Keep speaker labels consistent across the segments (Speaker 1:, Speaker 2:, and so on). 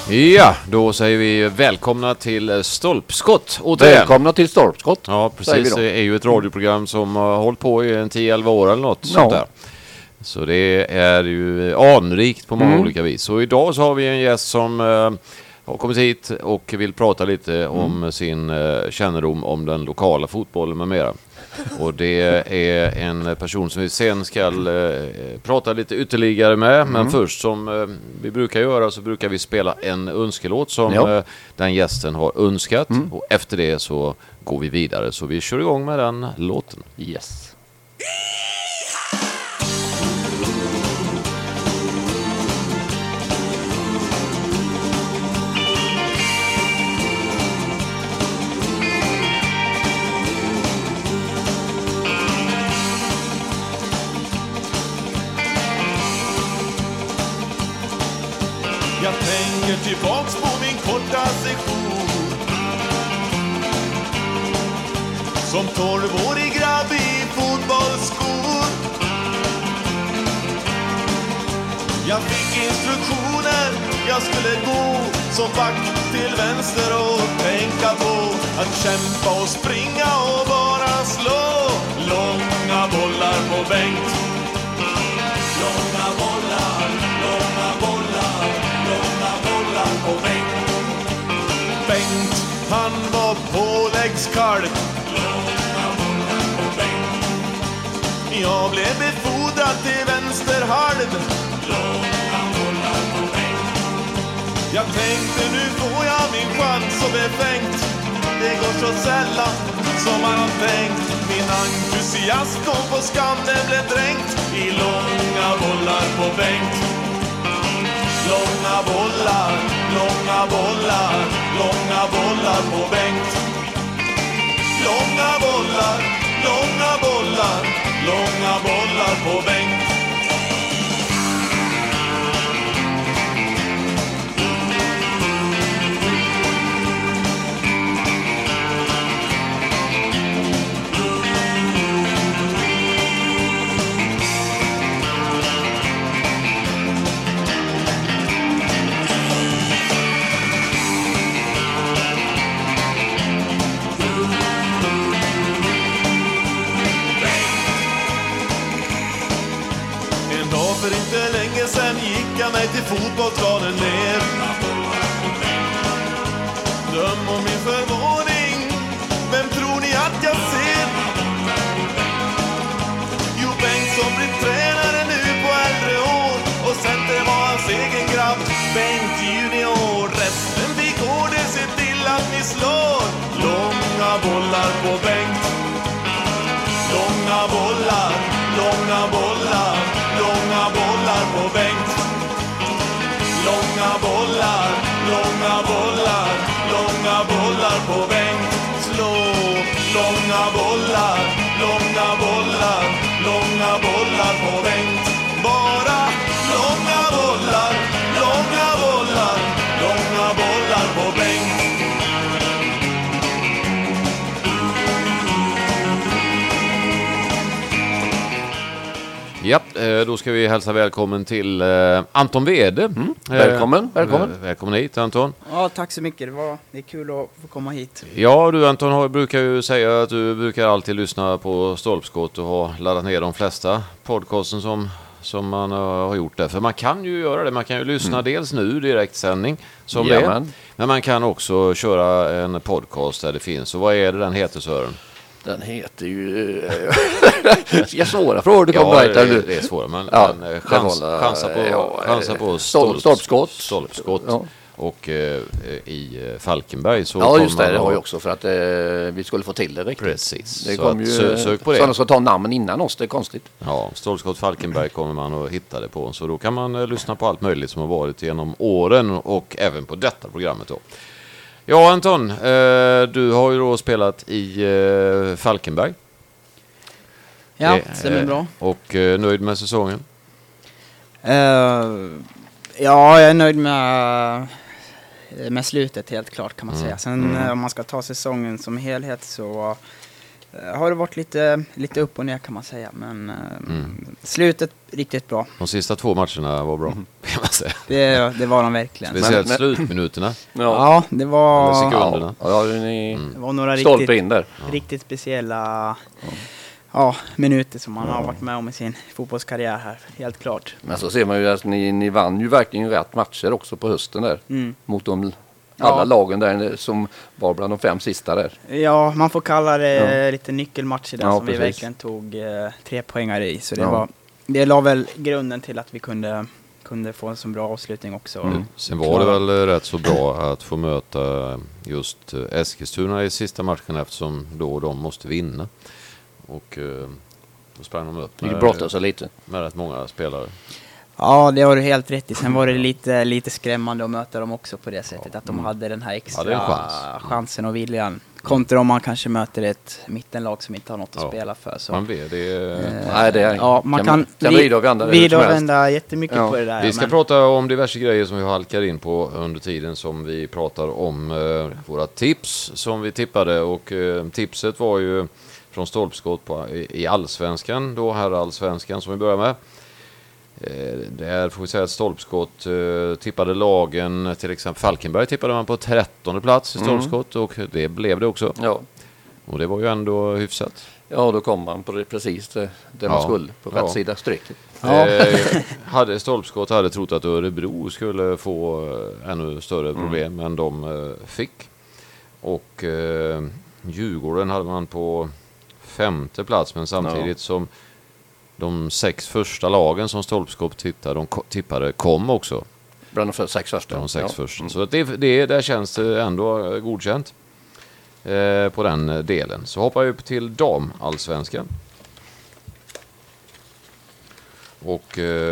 Speaker 1: Ja, då säger vi välkomna till Stolpskott.
Speaker 2: Välkomna till Stolpskott.
Speaker 1: Ja, precis. Det är ju ett radioprogram som har hållit på i 10-11 år eller något sånt där. Så det är ju anrikt på många olika vis. Så idag så har vi en gäst som har kommit hit och vill prata lite om sin kännedom om den lokala fotbollen med mera. Och det är en person som vi sen ska prata lite ytterligare med. Men först som vi brukar göra så brukar vi spela en önskelåt som den gästen har önskat. Och efter det så går vi vidare. Så vi kör igång med den låten.
Speaker 2: Yes.
Speaker 3: Jag tänker tillbaks på min korta session som 12-årig grabb i fotbollsskor. Jag fick instruktioner, jag skulle gå som back till vänster och tänka på att kämpa och springa och bara slå långa bollar på bänk. Långa bollar, långa bollar, långa bollar på bänk. Bengt, han var påläggskalk. Långa bollar på bänk. Jag blev befordrad till vänsterhalv. Långa bollar på bänk. Jag tänkte nu får jag min chans och befängt. Det går så sällan som man har tänkt. Min entusiasm kom på skam, den blev dränkt i långa bollar på bänk. Långa bollar, långa bollar, långa bollar på bänk. Långa bollar, långa bollar, långa bollar på bänk. För inte länge sen gick jag mig till fotbollsplanen ner. Döm om min förvåning, vem tror ni att jag ser? Jo, Bengt som blir tränare nu på äldre år. Och center var hans egen grabb, Bengt junior. Resten vi går, det ser till att ni slår långa bollar på Bengt. Långa bollar, långa bollar, långa bollar på Bengt. Långa bollar, långa bollar, långa bollar på Bengt. Slå långa bollar, långa bollar, långa bollar på Bengt. Bara långa bollar, långa bollar, långa bollar på Bengt.
Speaker 1: Ja, då ska vi hälsa välkommen till Anton Wede.
Speaker 2: Välkommen.
Speaker 1: Välkommen hit, Anton.
Speaker 4: Ja, tack så mycket. Det är kul att få komma hit.
Speaker 1: Ja, du Anton brukar ju säga att du brukar alltid lyssna på Stolpskott och har laddat ner de flesta podcasten som man har gjort där. För man kan ju göra det. Man kan ju lyssna dels nu, direktsändning som det är. Men man kan också köra en podcast där det finns. Och vad är det den heter, Sören?
Speaker 2: Den heter ju... Jag svåra frågor du kommer
Speaker 1: det är svåra, men chansa på Stolpskott. Ja. Och i Falkenberg så
Speaker 2: ja, just det har jag också för att vi skulle få till det riktigt.
Speaker 1: Precis.
Speaker 2: Det kom ju
Speaker 1: sök på det.
Speaker 2: Sådana ska ta namn innan oss, det är konstigt.
Speaker 1: Ja, Stolpskott Falkenberg kommer man att hitta det på. Så då kan man lyssna på allt möjligt som har varit genom åren och även på detta programmet då. Ja, Anton, du har ju då spelat i Falkenberg.
Speaker 4: Ja, det är bra.
Speaker 1: Och nöjd med säsongen?
Speaker 4: Ja, jag är nöjd med slutet helt klart kan man säga. Sen om man ska ta säsongen som helhet så Har det varit lite upp och ner kan man säga, men slutet riktigt bra.
Speaker 1: De sista 2 matcherna var bra, kan man säga.
Speaker 4: Det var de verkligen.
Speaker 1: Speciellt slutminuterna.
Speaker 4: Ja, det var...
Speaker 1: Eller sekunderna.
Speaker 4: Det var några riktigt speciella minuter som man har varit med om i sin fotbollskarriär här, helt klart.
Speaker 2: Men så ser man ju att ni vann ju verkligen rätt matcher också på hösten där. Mot alla lagen där som var bland de 5 sista där. Ja,
Speaker 4: man får kalla det lite nyckelmatcher där som vi verkligen tog 3 poängar i. Så det la väl grunden till att vi kunde få en så bra avslutning också.
Speaker 1: Sen var det väl rätt så bra att få möta just Eskilstuna i sista matchen, eftersom då de måste vinna. Och då sprang de upp med rätt många spelare.
Speaker 4: Ja, det har du helt rätt i. Sen var det lite skrämmande att möta dem också på det sättet. Att de hade den här extra chansen och viljan. Kontra om man kanske möter ett mittenlag som inte har något att spela för. Så.
Speaker 1: Man vet
Speaker 4: man kan vända jättemycket på det där.
Speaker 1: Vi ska prata om diverse grejer som vi halkar in på under tiden som vi pratar om våra tips som vi tippade. Och tipset var ju från stolpskott i Allsvenskan, då här Allsvenskan som vi börjar med. Där får vi säga att stolpskott tippade lagen, till exempel Falkenberg tippade man på 13:e plats i stolpskott och det blev det också. Ja. Och det var ju ändå hyfsat.
Speaker 2: Ja, då kom man på precis det man skulle på rätt sida strecket.
Speaker 1: Stolpskott hade trott att Örebro skulle få ännu större problem än de fick. Och Djurgården hade man på 5:e plats, men samtidigt som de 6 första lagen som stolpskott tippade kom också.
Speaker 2: Bland de 6 första.
Speaker 1: Första. Så att där känns det ändå godkänt på den delen. Så hoppar vi upp till damallsvenskan. Och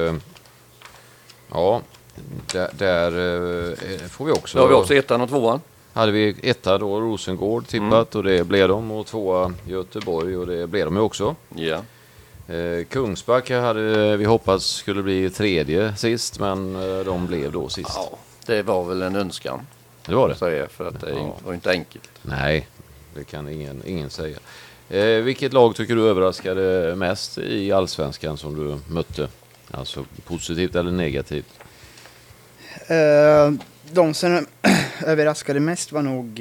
Speaker 1: där får vi också...
Speaker 2: Då har vi också 1:an och 2:an.
Speaker 1: Hade vi 1:a då Rosengård tippat och det blev de, och 2:a Göteborg och det blev de ju också.
Speaker 2: Ja.
Speaker 1: Kungsbacka hade vi hoppats skulle bli 3:e sist, men de blev då sist.
Speaker 2: Ja, det var väl en önskan.
Speaker 1: Det var det.
Speaker 2: För att det var inte enkelt.
Speaker 1: Nej, det kan ingen säga. Vilket lag tycker du överraskade mest i Allsvenskan som du mötte? Alltså positivt eller negativt?
Speaker 4: De som överraskade mest var nog...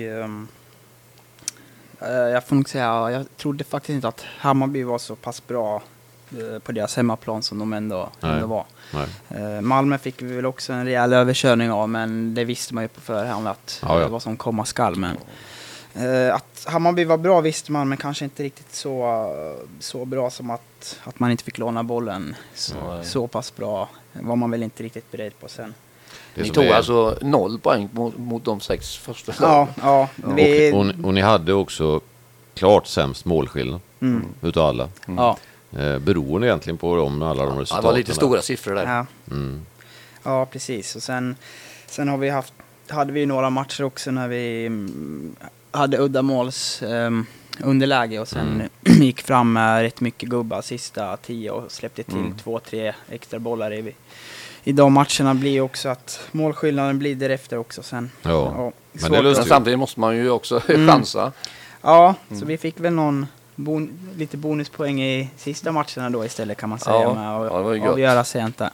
Speaker 4: jag får nog säga, jag trodde faktiskt inte att Hammarby var så pass bra på deras hemmaplan som de ändå var. Malmö fick vi väl också en rejäl överkörning av, men det visste man ju på förhand att det var som komma skall. Men att Hammarby var bra visste man, men kanske inte riktigt så bra som att man inte fick låna bollen så pass bra var man väl inte riktigt beredd på sen.
Speaker 2: Ni tog alltså 0 poäng mot de 6 första.
Speaker 4: Ja.
Speaker 1: Och ni hade också klart sämst målskillnad utav alla.
Speaker 4: Ja.
Speaker 1: Beroende egentligen på alla de resultaten.
Speaker 2: Det var lite stora siffror där.
Speaker 4: Ja, precis. Och sen hade vi några matcher också när vi hade uddamåls underläge och sen gick fram med rätt mycket gubbar sista 10 och släppte till 2-3 extra bollar i de matcherna. Blir också att målskillnaden blir därefter också sen.
Speaker 1: Ja.
Speaker 2: Men samtidigt måste man ju också chansa.
Speaker 4: Ja, så vi fick väl lite bonuspoäng i sista matcherna då istället, kan man säga, med att avgöra sent där.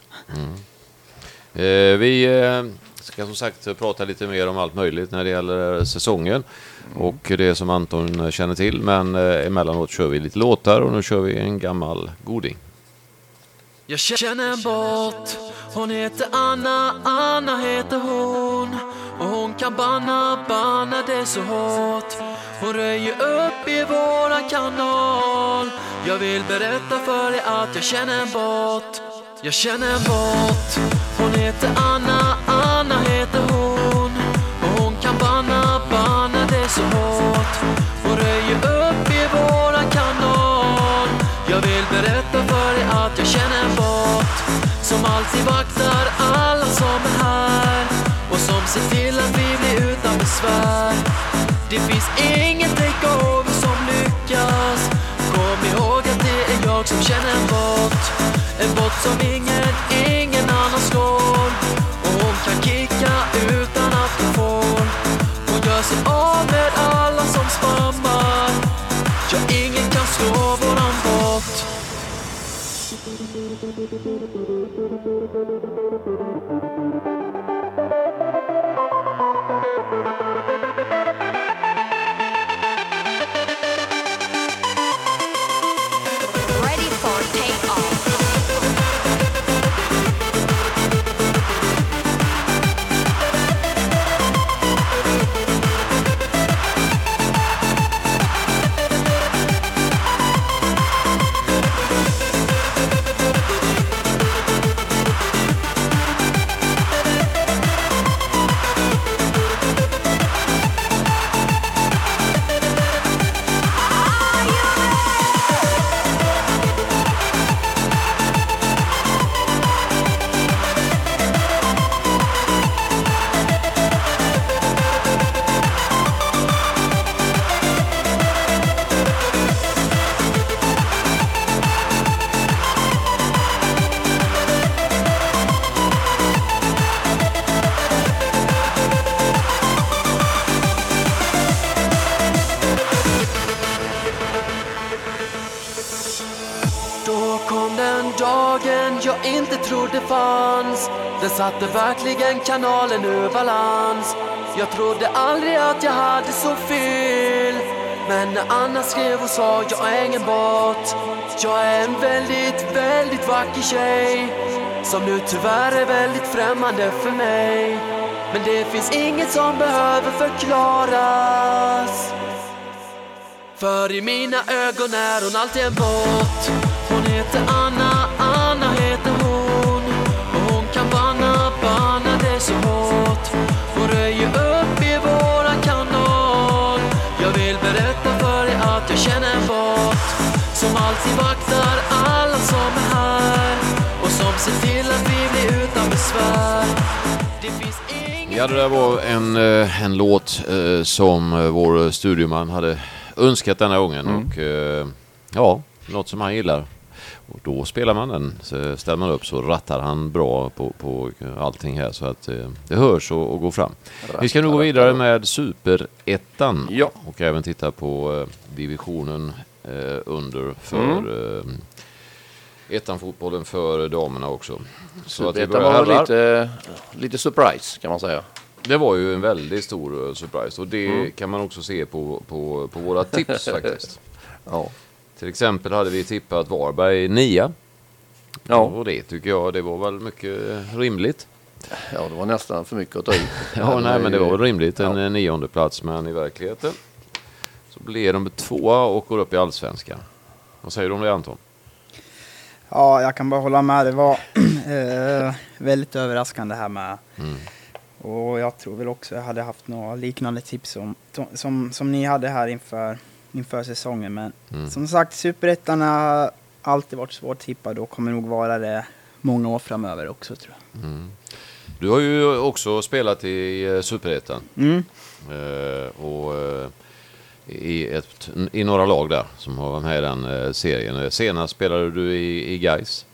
Speaker 1: Vi ska som sagt prata lite mer om allt möjligt när det gäller säsongen och det som Anton känner till, men emellanåt kör vi lite låtar och nu kör vi en gammal goding.
Speaker 5: Jag känner en båt, hon heter Anna, Anna heter hon. Och hon kan banna det så hårt. Hon röjer upp i våran kanal. Jag vill berätta för dig att jag känner en båt. Jag känner en båt, hon heter Anna, Anna heter hon. Och hon kan banna det så hårt. Hon röjer upp i våran kanal. Jag vill berätta för dig att jag känner en båt som alltid vaktar alla som är här och som ser till att vi blir utan besvär. Det finns ingen takeover som lyckas. Kom ihåg att det är jag som känner en båt. En båt som ingen annan slår. Och hon kan kicka utan att hon får. Hon gör sig av med alla som spammar. Ja, ingen
Speaker 6: Ready for takeoff.
Speaker 5: Då kom den dagen jag inte trodde fanns. Den satte verkligen kanalen ur balans. Jag trodde aldrig att jag hade så fel. Men när Anna skrev och sa jag är ingen bot. Jag är en väldigt, väldigt vacker tjej som nu tyvärr är väldigt främmande för mig. Men det finns inget som behöver förklaras. För i mina ögon är hon alltid en bot. Hon heter Anna, Anna heter hon. Och hon kan banna det så hårt. Hon röjer upp i våran kanal. Jag vill berätta för dig att jag känner en bot som alltid vaktar alla som är här. Och som ser till att vi blir utan besvär. Det finns ingen...
Speaker 1: Ja, det där var en låt som vår studioman hade önskat denna gången. Och ja, något som han gillar. Och då spelar man den, så ställer man upp så rattar han bra på allting här så att det hörs och går fram. Vi ska nu gå vidare med Superettan.
Speaker 2: Ja.
Speaker 1: Och även titta på divisionen under för ettan-fotbollen för damerna också. Så att vi
Speaker 2: Detta
Speaker 1: börjar
Speaker 2: var lite surprise kan man säga.
Speaker 1: Det var ju en väldigt stor surprise och det kan man också se på våra tips faktiskt.
Speaker 2: Ja.
Speaker 1: Till exempel hade vi tippat Varberg 9.
Speaker 2: Ja.
Speaker 1: Och det tycker jag, det var väl mycket rimligt.
Speaker 2: Ja, det var nästan för mycket att ta i.
Speaker 1: Ja, nej, men det var väl rimligt, en 9:e plats, men i verkligheten så blir de 2:a och går upp i allsvenskan. Vad säger du om det, Anton?
Speaker 4: Ja, jag kan bara hålla med. Det var väldigt överraskande här med. Och jag tror väl också jag hade haft några liknande tips som ni hade här inför säsongen. Men som sagt, Superettan har alltid varit svårt tippad och kommer nog vara det många år framöver också, tror jag.
Speaker 1: Du har ju också spelat i Superettan. Och i några lag där som har varit med i den serien. Senast spelade du i Gais.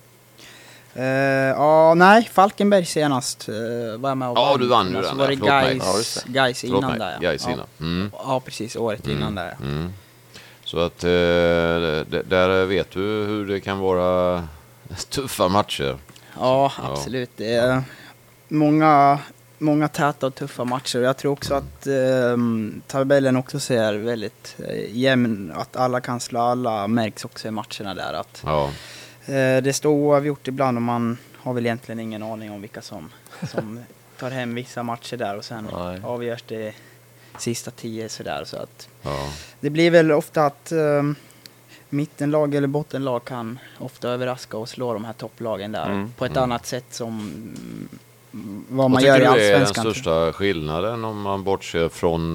Speaker 4: Nej, Falkenberg senast var jag med och
Speaker 1: Ja, du vann ju den.
Speaker 4: Så var det Gais innan där.
Speaker 1: Gais innan.
Speaker 4: Ja, precis. Året innan där.
Speaker 1: Så att där vet du hur det kan vara tuffa matcher.
Speaker 4: Ja, absolut. Det är många täta och tuffa matcher. Jag tror också att tabellen också ser väldigt jämn. Att alla kan slå alla märks också i matcherna där. Att det står oavgjort ibland och man har väl egentligen ingen aning om vilka som tar hem vissa matcher där. Och sen avgörs det sista 10 sådär. Så att det blir väl ofta att mittenlag eller bottenlag kan ofta överraska och slå de här topplagen där på ett annat sätt som vad man gör i allsvenskan.
Speaker 1: Vad tycker du är den största skillnaden om man bortser från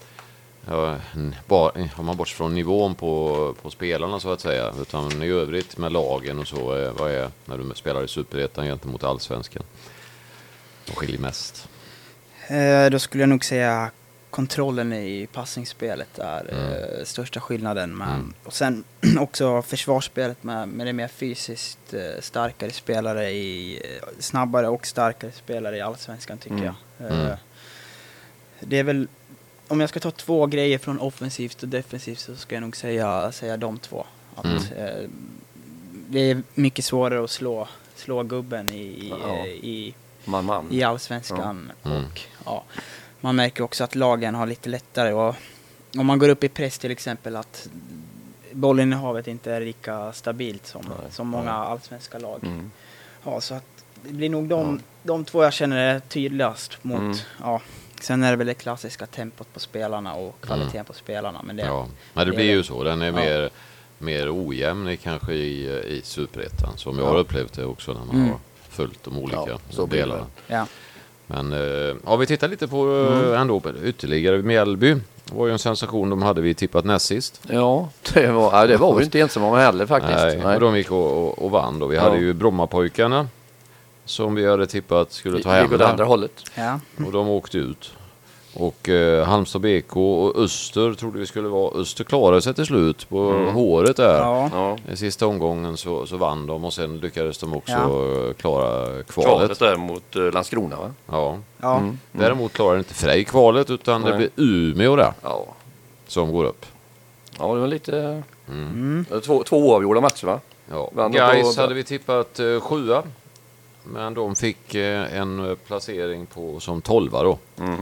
Speaker 1: om man bortser från nivån på spelarna så att säga, utan i övrigt med lagen och så, vad är när du spelar i Superettan gentemot allsvenskan? Vad skiljer mest?
Speaker 4: Då skulle jag nog säga kontrollen i passningsspelet är största skillnaden. Och sen också försvarsspelet med det mer fysiskt starkare spelare snabbare och starkare spelare i allsvenskan tycker jag. Det är väl, om jag ska ta 2 grejer från offensivt och defensivt så ska jag nog säga de 2. Att, det är mycket svårare att slå gubben i allsvenskan. Och man märker också att lagen har lite lättare. Och om man går upp i press till exempel, att bollinnehavet inte är lika stabilt som många allsvenska lag. Ja, så att det blir nog de två jag känner är tydligast mot. Sen är det väl det klassiska tempot på spelarna och kvaliteten på spelarna. Men
Speaker 1: det blir ju så. Den är mer ojämn kanske i Superettan, som jag har upplevt det också när man har följt de olika delarna.
Speaker 4: Ja. Men
Speaker 1: vi tittar lite på ändå ytterligare. Mjällby var ju en sensation, de hade vi tippat näst sist.
Speaker 2: Ja, det var vi inte ensamma med heller faktiskt.
Speaker 1: Nej. Och de gick och vann då. Vi hade ju Brommapojkarna som vi hade tippat skulle ta hem
Speaker 2: det andra hållet.
Speaker 4: Ja.
Speaker 1: Och de åkte ut. Och Halmstad BK och Öster trodde vi skulle vara. Öster klarade sig till slut på håret där.
Speaker 4: Ja.
Speaker 1: I sista omgången så vann de och sen lyckades de också klara kvalet.
Speaker 2: Kvalet där mot Landskrona, va?
Speaker 1: Ja. Däremot klarade inte Frej kvalet, utan det blir Umeå där som går upp. Ja,
Speaker 2: det var lite... Två oavgjorda matcher, va?
Speaker 1: Ja. Gais hade vi tippat 7. Men de fick en placering som 12 då.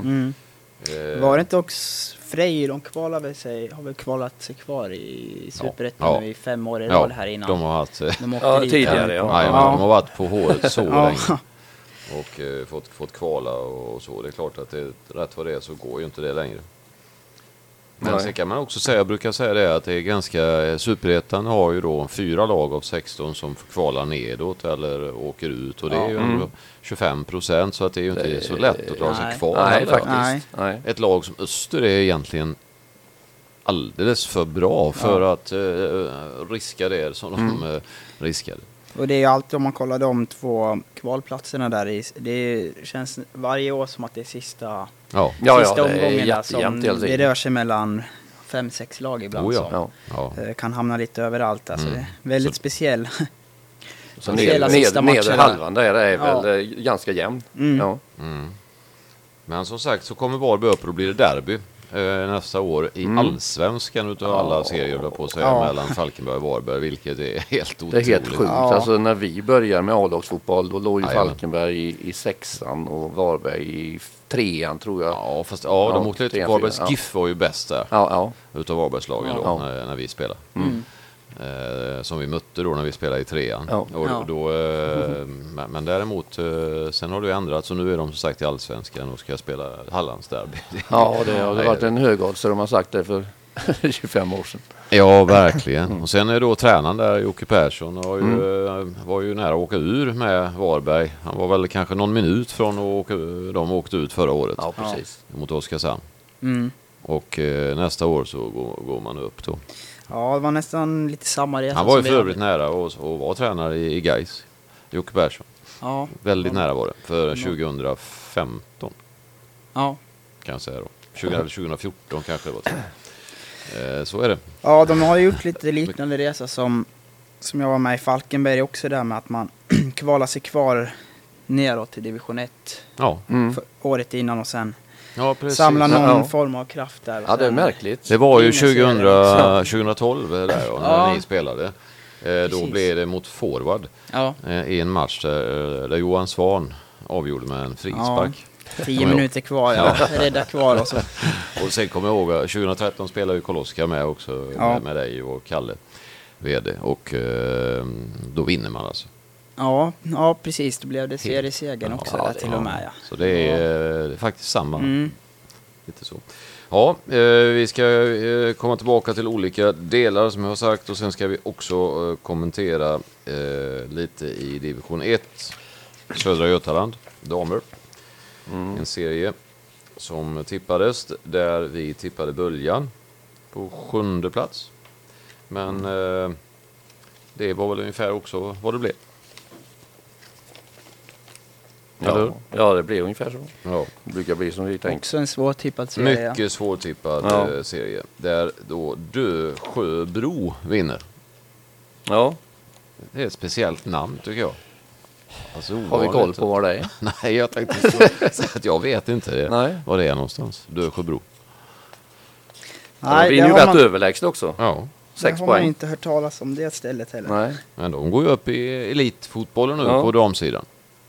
Speaker 4: Var det inte också Frej, de har väl kvalat sig kvar i Superettan i 5 år i rad här innan.
Speaker 1: De har haft
Speaker 2: tidigare.
Speaker 1: De har varit på håret så länge. Och fått kvala och så. Det är klart att rätt vad det är så går ju inte det längre. Men sen kan man också säga, jag brukar säga det, att det är ganska, Superettan har ju då 4 lag av 16 som kvalar nedåt eller åker ut, och det är ju 25%, så att det är ju inte så lätt att dra sig kvar.
Speaker 2: Nej, faktiskt. Nej.
Speaker 1: Ett lag som Öster är egentligen alldeles för bra för att riska det som de riskade.
Speaker 4: Och det är ju alltid, om man kollar de 2 kvalplatserna där, det känns varje år som att det är sista omgången där som det rör sig mellan 5-6 lag ibland som kan hamna lite överallt. Alltså det är väldigt speciell.
Speaker 2: Så nedre halvan där är väl ganska jämn.
Speaker 1: Men som sagt så kommer Varberg upp och då blir det derby nästa år i allsvenskan utav alla serier på att säga, mellan Falkenberg och Varberg, vilket är helt otroligt.
Speaker 2: Det är helt sjukt. Alltså när vi börjar med A-lagsfotboll, då låg ju Falkenberg i 6:an och Varberg i 3:an, tror jag.
Speaker 1: Ja, fast de åkte lite. Varbergs GIF var ju bäst där utav Varbergslagen då när vi spelade. Som vi mötte då när vi spelade i 3:an. Men däremot sen har det ändrat, så nu är de som sagt i allsvenskan och ska spela Hallands derby.
Speaker 2: Det har varit en högodds, så de har sagt det för 25 år sedan.
Speaker 1: Ja, verkligen. Och sen är då tränaren där, Jocke Persson, var ju nära att åka ur med Varberg. Han var väl kanske någon minut från att de åkte ut förra året.
Speaker 2: Ja, precis.
Speaker 1: Mot Oskarshamn. Och nästa år så går man upp då.
Speaker 4: Ja, det var nästan lite samma resa.
Speaker 1: Han var ju för övrigt nära och var tränare i Gais, Jocke Persson.
Speaker 4: Ja.
Speaker 1: Väldigt nära var det, för 2015.
Speaker 4: Ja.
Speaker 1: Kan jag säga då. 2014 kanske det var. Så är det.
Speaker 4: Ja, de har gjort lite liknande resa som jag var med i Falkenberg också, där med att man kvalar sig kvar neråt till division 1 året innan och sen samla någon form av kraft där.
Speaker 2: Ja, det är märkligt.
Speaker 1: Det var ju 2012 där när ni spelade. Då blev det mot Forward i en match där Johan Svan avgjorde med en frispark.
Speaker 4: 10 minuter kvar, rädda kvar och så.
Speaker 1: Och sen kommer jag ihåg, 2013 spelade ju Koloska med också, med dig och Kalle, vd, och då vinner man alltså.
Speaker 4: Ja, precis. Då blev det seriesegern också där till och med. Ja.
Speaker 1: Så det är faktiskt samma. Lite så. Ja, vi ska komma tillbaka till olika delar som jag har sagt, och sen ska vi också kommentera lite i division 1, Södra Götaland, damer. En serie som tippades, där vi tippade Böljan på 7:e plats. Men det var väl ungefär också vad det blev.
Speaker 2: Ja, det blir ungefär så.
Speaker 1: Ja.
Speaker 2: Det brukar bli som vi tänkte.
Speaker 4: Också en svårtippad serie.
Speaker 1: Mycket svårtippad serie. Där då Sjöbro vinner.
Speaker 2: Ja.
Speaker 1: Det är ett speciellt namn tycker jag. Alltså,
Speaker 2: har vi koll på var det är?
Speaker 1: Nej, jag tänkte så att jag vet inte var det är någonstans. Sjöbro.
Speaker 2: Nej, det är ju rätt överlägset också.
Speaker 1: Ja.
Speaker 2: 6
Speaker 4: har man
Speaker 2: poäng.
Speaker 4: inte hört talas om det stället heller.
Speaker 2: Nej.
Speaker 1: Men de går ju upp i elitfotbollen nu på damsidan.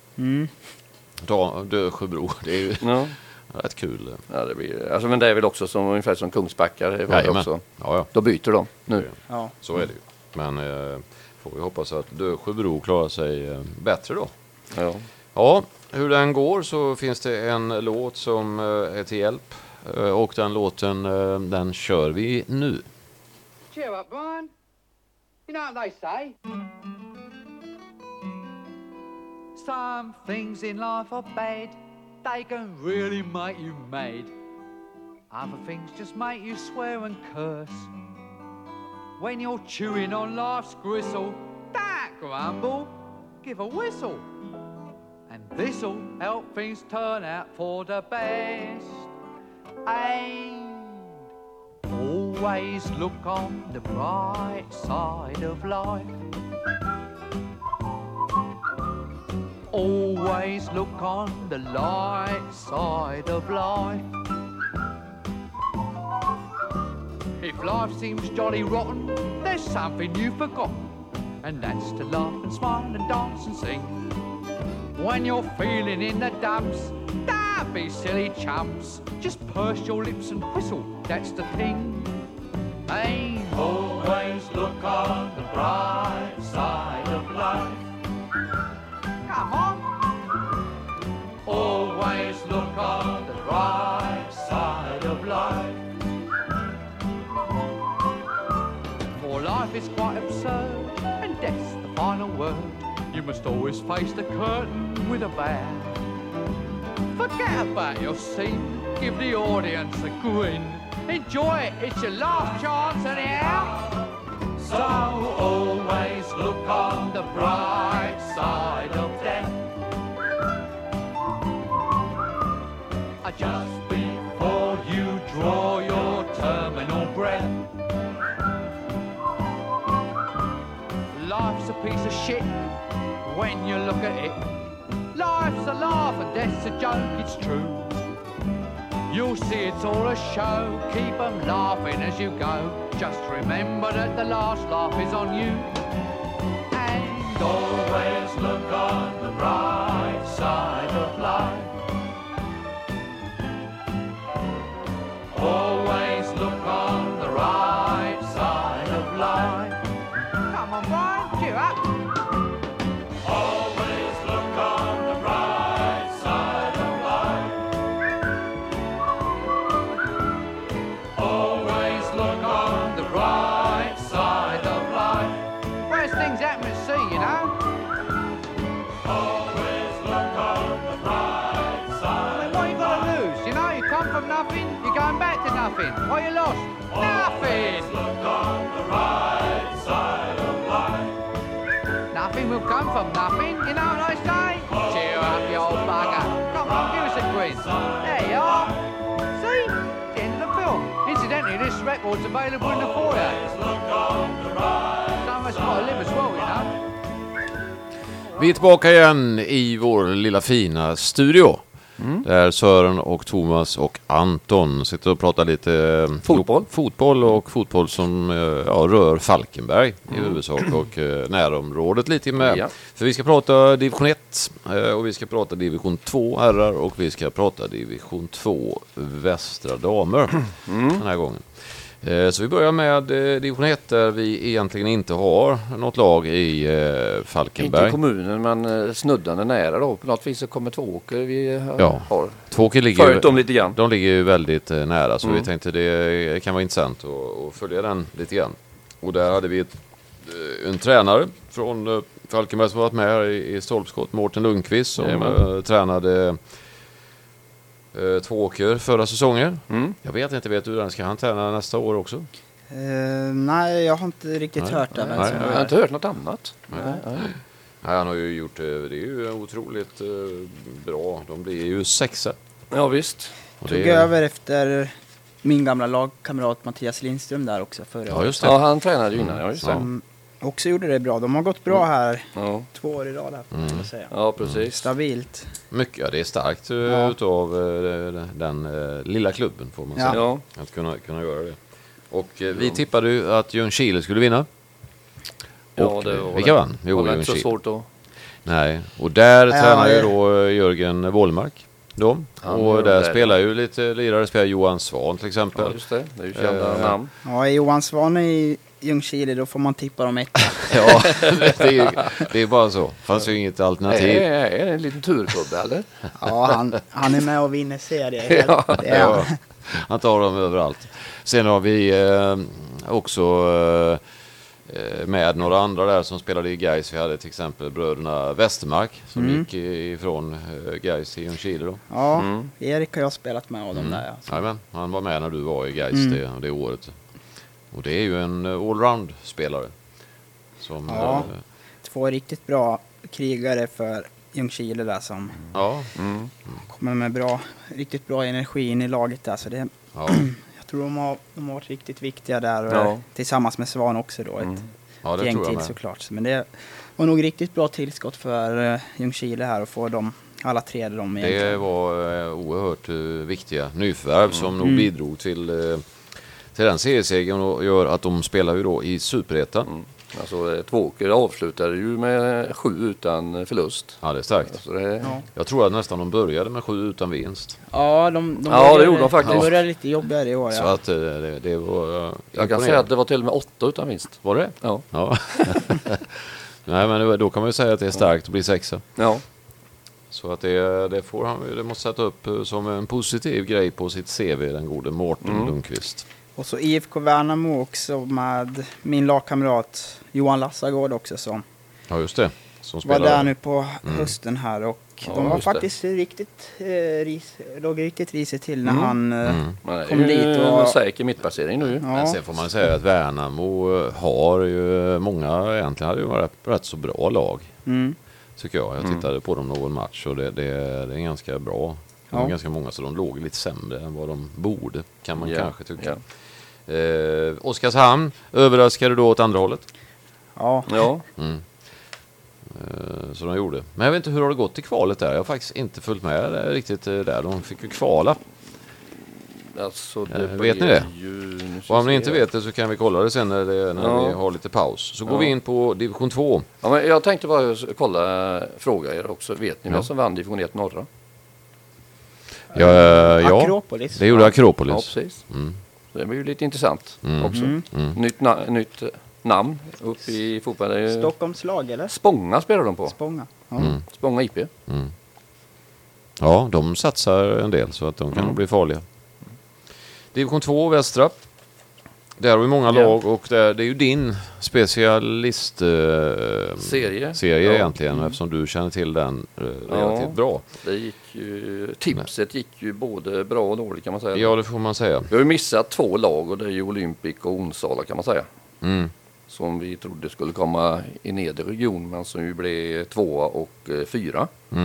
Speaker 1: Dösjöbro, det är ju rätt kul.
Speaker 2: Ja, det blir, alltså, men det är väl också som, ungefär som Kungsbacka. Det var det också.
Speaker 1: Ja.
Speaker 2: Då byter de nu.
Speaker 4: Ja.
Speaker 1: Så är det ju. Men får vi hoppas att Dösjöbro klarar sig bättre då.
Speaker 2: Ja.
Speaker 1: Ja, hur den går så finns det en låt som är till hjälp. Och den låten, den kör vi nu.
Speaker 7: Cheer up, Brian. You know what they say? Some things in life are bad. They can really make you mad. Other things just make you swear and curse. When you're chewing on life's gristle, don't grumble, give a whistle. And this'll help things turn out for the best. And always look on the bright side of life. Always look on the light side of life. If life seems jolly rotten, there's something you've forgotten, and that's to laugh and smile and dance and sing. When you're feeling in the dumps, don't be silly chumps. Just purse your lips and whistle, that's the thing. Hey, always look on the bright side of life. Come on. Always look on the bright side of life. For life is quite absurd, and death's the final word. You must always face the curtain with a bow. Forget about your scene, give the audience a grin. Enjoy it, it's your last chance anyhow. So always look on the bright side of death. Just before you draw your terminal breath. Life's a piece of shit when you look at it. Life's a laugh and death's a joke, it's true. You'll see it's all a show, keep them laughing as you go. Just remember that the last laugh is on you. And always look on the bright side of life. Always look on the right side of life. Come on, Brian, cheer up. Always look on the right side of life. Always look on the right side of life. Worst things happen at sea, you know. Always look on the right side. I mean, what you got to lose? You know, you come from nothing, you're going back to nothing. What you lost? Nothing. Look on the right side of life. Nothing will come from nothing, you know what I say? Cheer up, you old bugger. Come on, give us a grin. There you are. See? The end of the film. Incidentally, this record's available in the foyer. Some of us got to live as well, you know.
Speaker 1: Vi är tillbaka igen i vår lilla fina studio. Där Sören och Thomas och Anton sitter och pratar lite fotboll och fotboll som rör Falkenberg i huvudsak och närområdet lite med. Ja. För vi ska prata division 1 och vi ska prata division 2 herrar och vi ska prata division 2 västra damer den här gången. Så vi börjar med division 1 där vi egentligen inte har något lag i Falkenberg.
Speaker 2: Inte kommunen men snuddande nära då. På något vis så kommer Tvååker vi har.
Speaker 1: Tvååker
Speaker 2: följt dem lite grann.
Speaker 1: De ligger ju väldigt nära så vi tänkte det kan vara intressant att följa den lite grann. Och där hade vi en tränare från Falkenberg som varit med här i Stolpskott, Mårten Lundqvist som tränade Tvååker förra säsongen. Jag vet du den ska han träna nästa år också?
Speaker 4: Nej, jag har inte riktigt hört det.
Speaker 2: Jag har inte hört något annat.
Speaker 1: Nej, han har ju gjort det är ju otroligt bra. De blir ju 6.
Speaker 2: Ja visst.
Speaker 4: Tog över efter min gamla lagkamrat Mattias Lindström där också förra.
Speaker 1: Ja, just det.
Speaker 2: Ja, han tränade ju innan. Ja,
Speaker 4: också gjorde det bra. De har gått bra här 2 år i rad här, får man säga.
Speaker 2: Ja, precis.
Speaker 4: Stabilt.
Speaker 1: Mycket, det är starkt utav den lilla klubben får man säga.
Speaker 2: Ja.
Speaker 1: Att kunna göra det. Och vi tippade ju att Ljungskile skulle vinna.
Speaker 2: Ja,
Speaker 1: Och
Speaker 2: det var
Speaker 1: vilka vann?
Speaker 2: Det var inte så
Speaker 1: Ljungskile.
Speaker 2: svårt att...
Speaker 1: Nej, och där tränar ju då Jörgen Wåhlmark. Och där spelar ju lite lirare, spelar Johan Svan till exempel.
Speaker 2: Ja, just det. Det är ju kända namn.
Speaker 4: Ja, Johan Svan i Ljungskile, då får man tippa dem ett.
Speaker 1: Ja, det är bara så. Fanns ju inget alternativ.
Speaker 2: Är det en liten turklubb eller?
Speaker 4: Ja, han är med och vinner serier.
Speaker 1: Ja, han tar dem överallt. Sen har vi också med några andra där som spelade i Gais. Vi hade till exempel bröderna Westermark som gick ifrån Gais till Ljungskile då.
Speaker 4: Ja, Erik har jag spelat med av dem där. Alltså.
Speaker 1: Jajamän, han var med när du var i Gais det året. Och det är ju en allround-spelare. Som,
Speaker 4: två riktigt bra krigare för Ljungskile där som kommer med riktigt bra energi in i laget där. Så det, jag tror de har varit riktigt viktiga där tillsammans med Svan också då. Ett gäng till såklart. Men det var nog riktigt bra tillskott för Ljungskile här att få dem alla tre dem egentligen.
Speaker 1: Det var oerhört viktiga nyförvärv som nog bidrog till den seriesegern och gör att de spelar ju då i Superettan.
Speaker 2: Alltså Tvååker avslutade ju med 7 utan förlust.
Speaker 1: Ja, det är starkt. Alltså, jag tror att nästan de började med 7 utan vinst.
Speaker 4: Ja,
Speaker 2: det gjorde de faktiskt.
Speaker 4: De började lite jobbigare i år.
Speaker 1: Så att det var...
Speaker 2: Jag kan säga att det var till och med 8 utan vinst.
Speaker 1: Var det?
Speaker 2: Ja.
Speaker 1: Nej, men då kan man ju säga att det är starkt att bli 6.
Speaker 2: Ja.
Speaker 1: Så att det får han, det måste sätta upp som en positiv grej på sitt CV, den gode Mårten Lundqvist.
Speaker 4: Och så IFK Värnamo också med min lagkamrat Johan Lassagård också som
Speaker 1: just det. Som
Speaker 4: var där nu på hösten här och de var faktiskt låg riktigt risigt till när han kom dit.
Speaker 2: Och en säker mittplacering nu.
Speaker 1: Ja. Men sen får man säga att Värnamo har ju många, egentligen hade ju varit rätt så bra lag. Tycker jag. Jag tittade på dem någon match och det är ganska bra. Det var ganska många så de låg lite sämre än vad de borde, kan man kanske tycka. Oskarshamn överraskade då åt andra hållet.
Speaker 4: Ja.
Speaker 1: Så de gjorde. Men jag vet inte hur har det gått i kvalet där. Jag har faktiskt inte följt med riktigt där. De fick ju kvala.
Speaker 2: Alltså,
Speaker 1: vet ni det? Och om ni inte vet det så kan vi kolla det sen när vi har lite paus. Så går vi in på division 2.
Speaker 2: Ja, men jag tänkte bara fråga er också. Vet ni vem som vann division 1 norra?
Speaker 1: Ja,
Speaker 4: Akropolis.
Speaker 1: Det gjorde Akropolis.
Speaker 2: Ja, precis. Det var ju lite intressant också. Nytt namn uppe i fotbollen.
Speaker 4: Stockholms lag eller?
Speaker 2: Spånga spelar de på.
Speaker 4: Spånga.
Speaker 2: Spånga IP.
Speaker 1: Ja, de satsar en del så att de kan bli farliga. Division 2 västra. Där har vi många lag och det är ju din specialist serie egentligen eftersom du känner till den relativt bra.
Speaker 2: Det gick ju, tipset gick ju både bra och dåligt kan man säga.
Speaker 1: Ja, det får man säga.
Speaker 2: Vi har ju missat 2 lag och det är ju Olympic och Onsala kan man säga. Som vi trodde skulle komma i nedre region men som ju blev 2 och 4.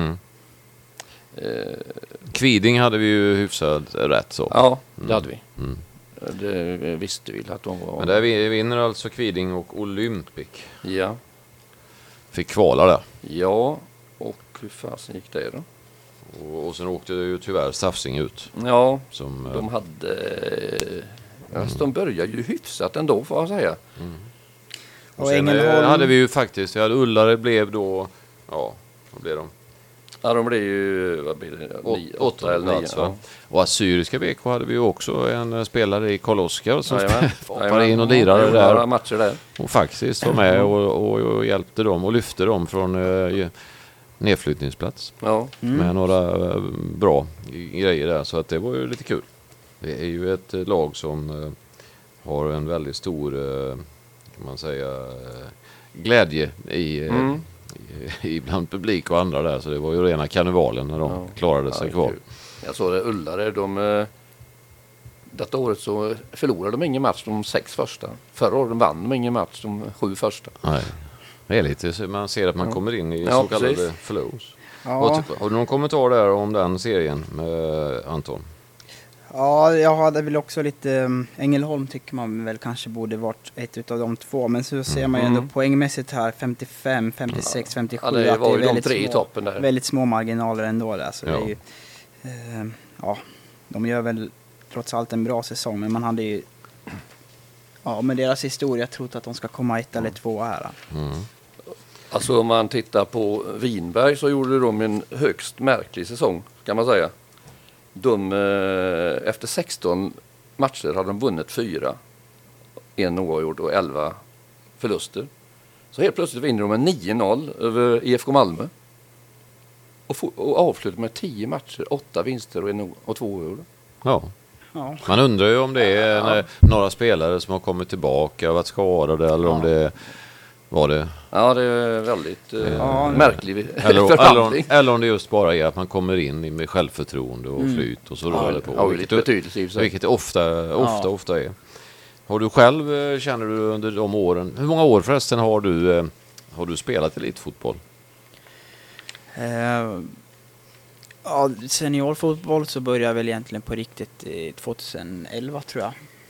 Speaker 1: Kviding hade vi ju hyfsat rätt så.
Speaker 2: Ja, det hade vi. Det visste vi att de var.
Speaker 1: Men där vinner alltså Kviding och Olympic.
Speaker 2: Ja.
Speaker 1: Fick kvala där.
Speaker 2: Ja, och hur fasen gick det då?
Speaker 1: Och sen åkte ju tyvärr Stafsing ut.
Speaker 2: Ja,
Speaker 1: som,
Speaker 2: de hade... Alltså, de började ju hyfsat ändå får jag säga.
Speaker 1: Och sen hade vi ju faktiskt, Ullare blev då, vad blev de?
Speaker 2: Ja, de blev ju, vad blir det? 8 eller 9. Alltså. Ja.
Speaker 1: Och Assyriska BK hade vi ju också en spelare i Karl-Oskar som hoppade in och lirade där.
Speaker 2: Matcher där.
Speaker 1: Och faktiskt var med och hjälpte dem och lyfte dem från nedflyttningsplats. Med några bra grejer där. Så att det var ju lite kul. Det är ju ett lag som har en väldigt stor, kan man säga, glädje i bland publik och andra där. Så det var ju rena karnevalen när de klarade sig kvar.
Speaker 2: Jag såg det, Ullare, detta året så förlorade de ingen match de 6 första. Förra året vann de ingen match de 7 första.
Speaker 1: Nej, det är lite så man ser att man kommer in i så kallade flows. Ja. Har du någon kommentar där om den serien med Anton?
Speaker 4: Ja, jag hade väl också lite... Ängelholm tycker man väl kanske borde varit ett av de 2. Men så ser man ju ändå poängmässigt här 55, 56, 57.
Speaker 2: Ja, det var ju de 3 i toppen där.
Speaker 4: Väldigt små marginaler ändå där. Så det är ju, de gör väl trots allt en bra säsong. Men man hade ju Ja, med deras historia, jag tror att de ska komma 1 eller 2 här.
Speaker 2: Alltså om man tittar på Vinberg så gjorde de en högst märklig säsong kan man säga. Efter 16 matcher hade de vunnit 4, 1 oavgjord och 11 förluster. Så helt plötsligt vinner de med 9-0 över IFK Malmö. Och avslutar med 10 matcher, 8 vinster och 2 oavgjorda.
Speaker 1: Ja. Man undrar ju om det är några spelare som har kommit tillbaka och varit skadade eller om det var det.
Speaker 2: Ja, det är väldigt märklig förhandling.
Speaker 1: Eller om det just bara är att man kommer in med självförtroende och flyt och så rullar det på.
Speaker 2: Ja, vilket
Speaker 1: det ofta är. Har du själv, känner du under de åren, hur många år förresten har du spelat elitfotboll?
Speaker 4: Seniorfotboll så började jag väl egentligen på riktigt 2011 tror jag.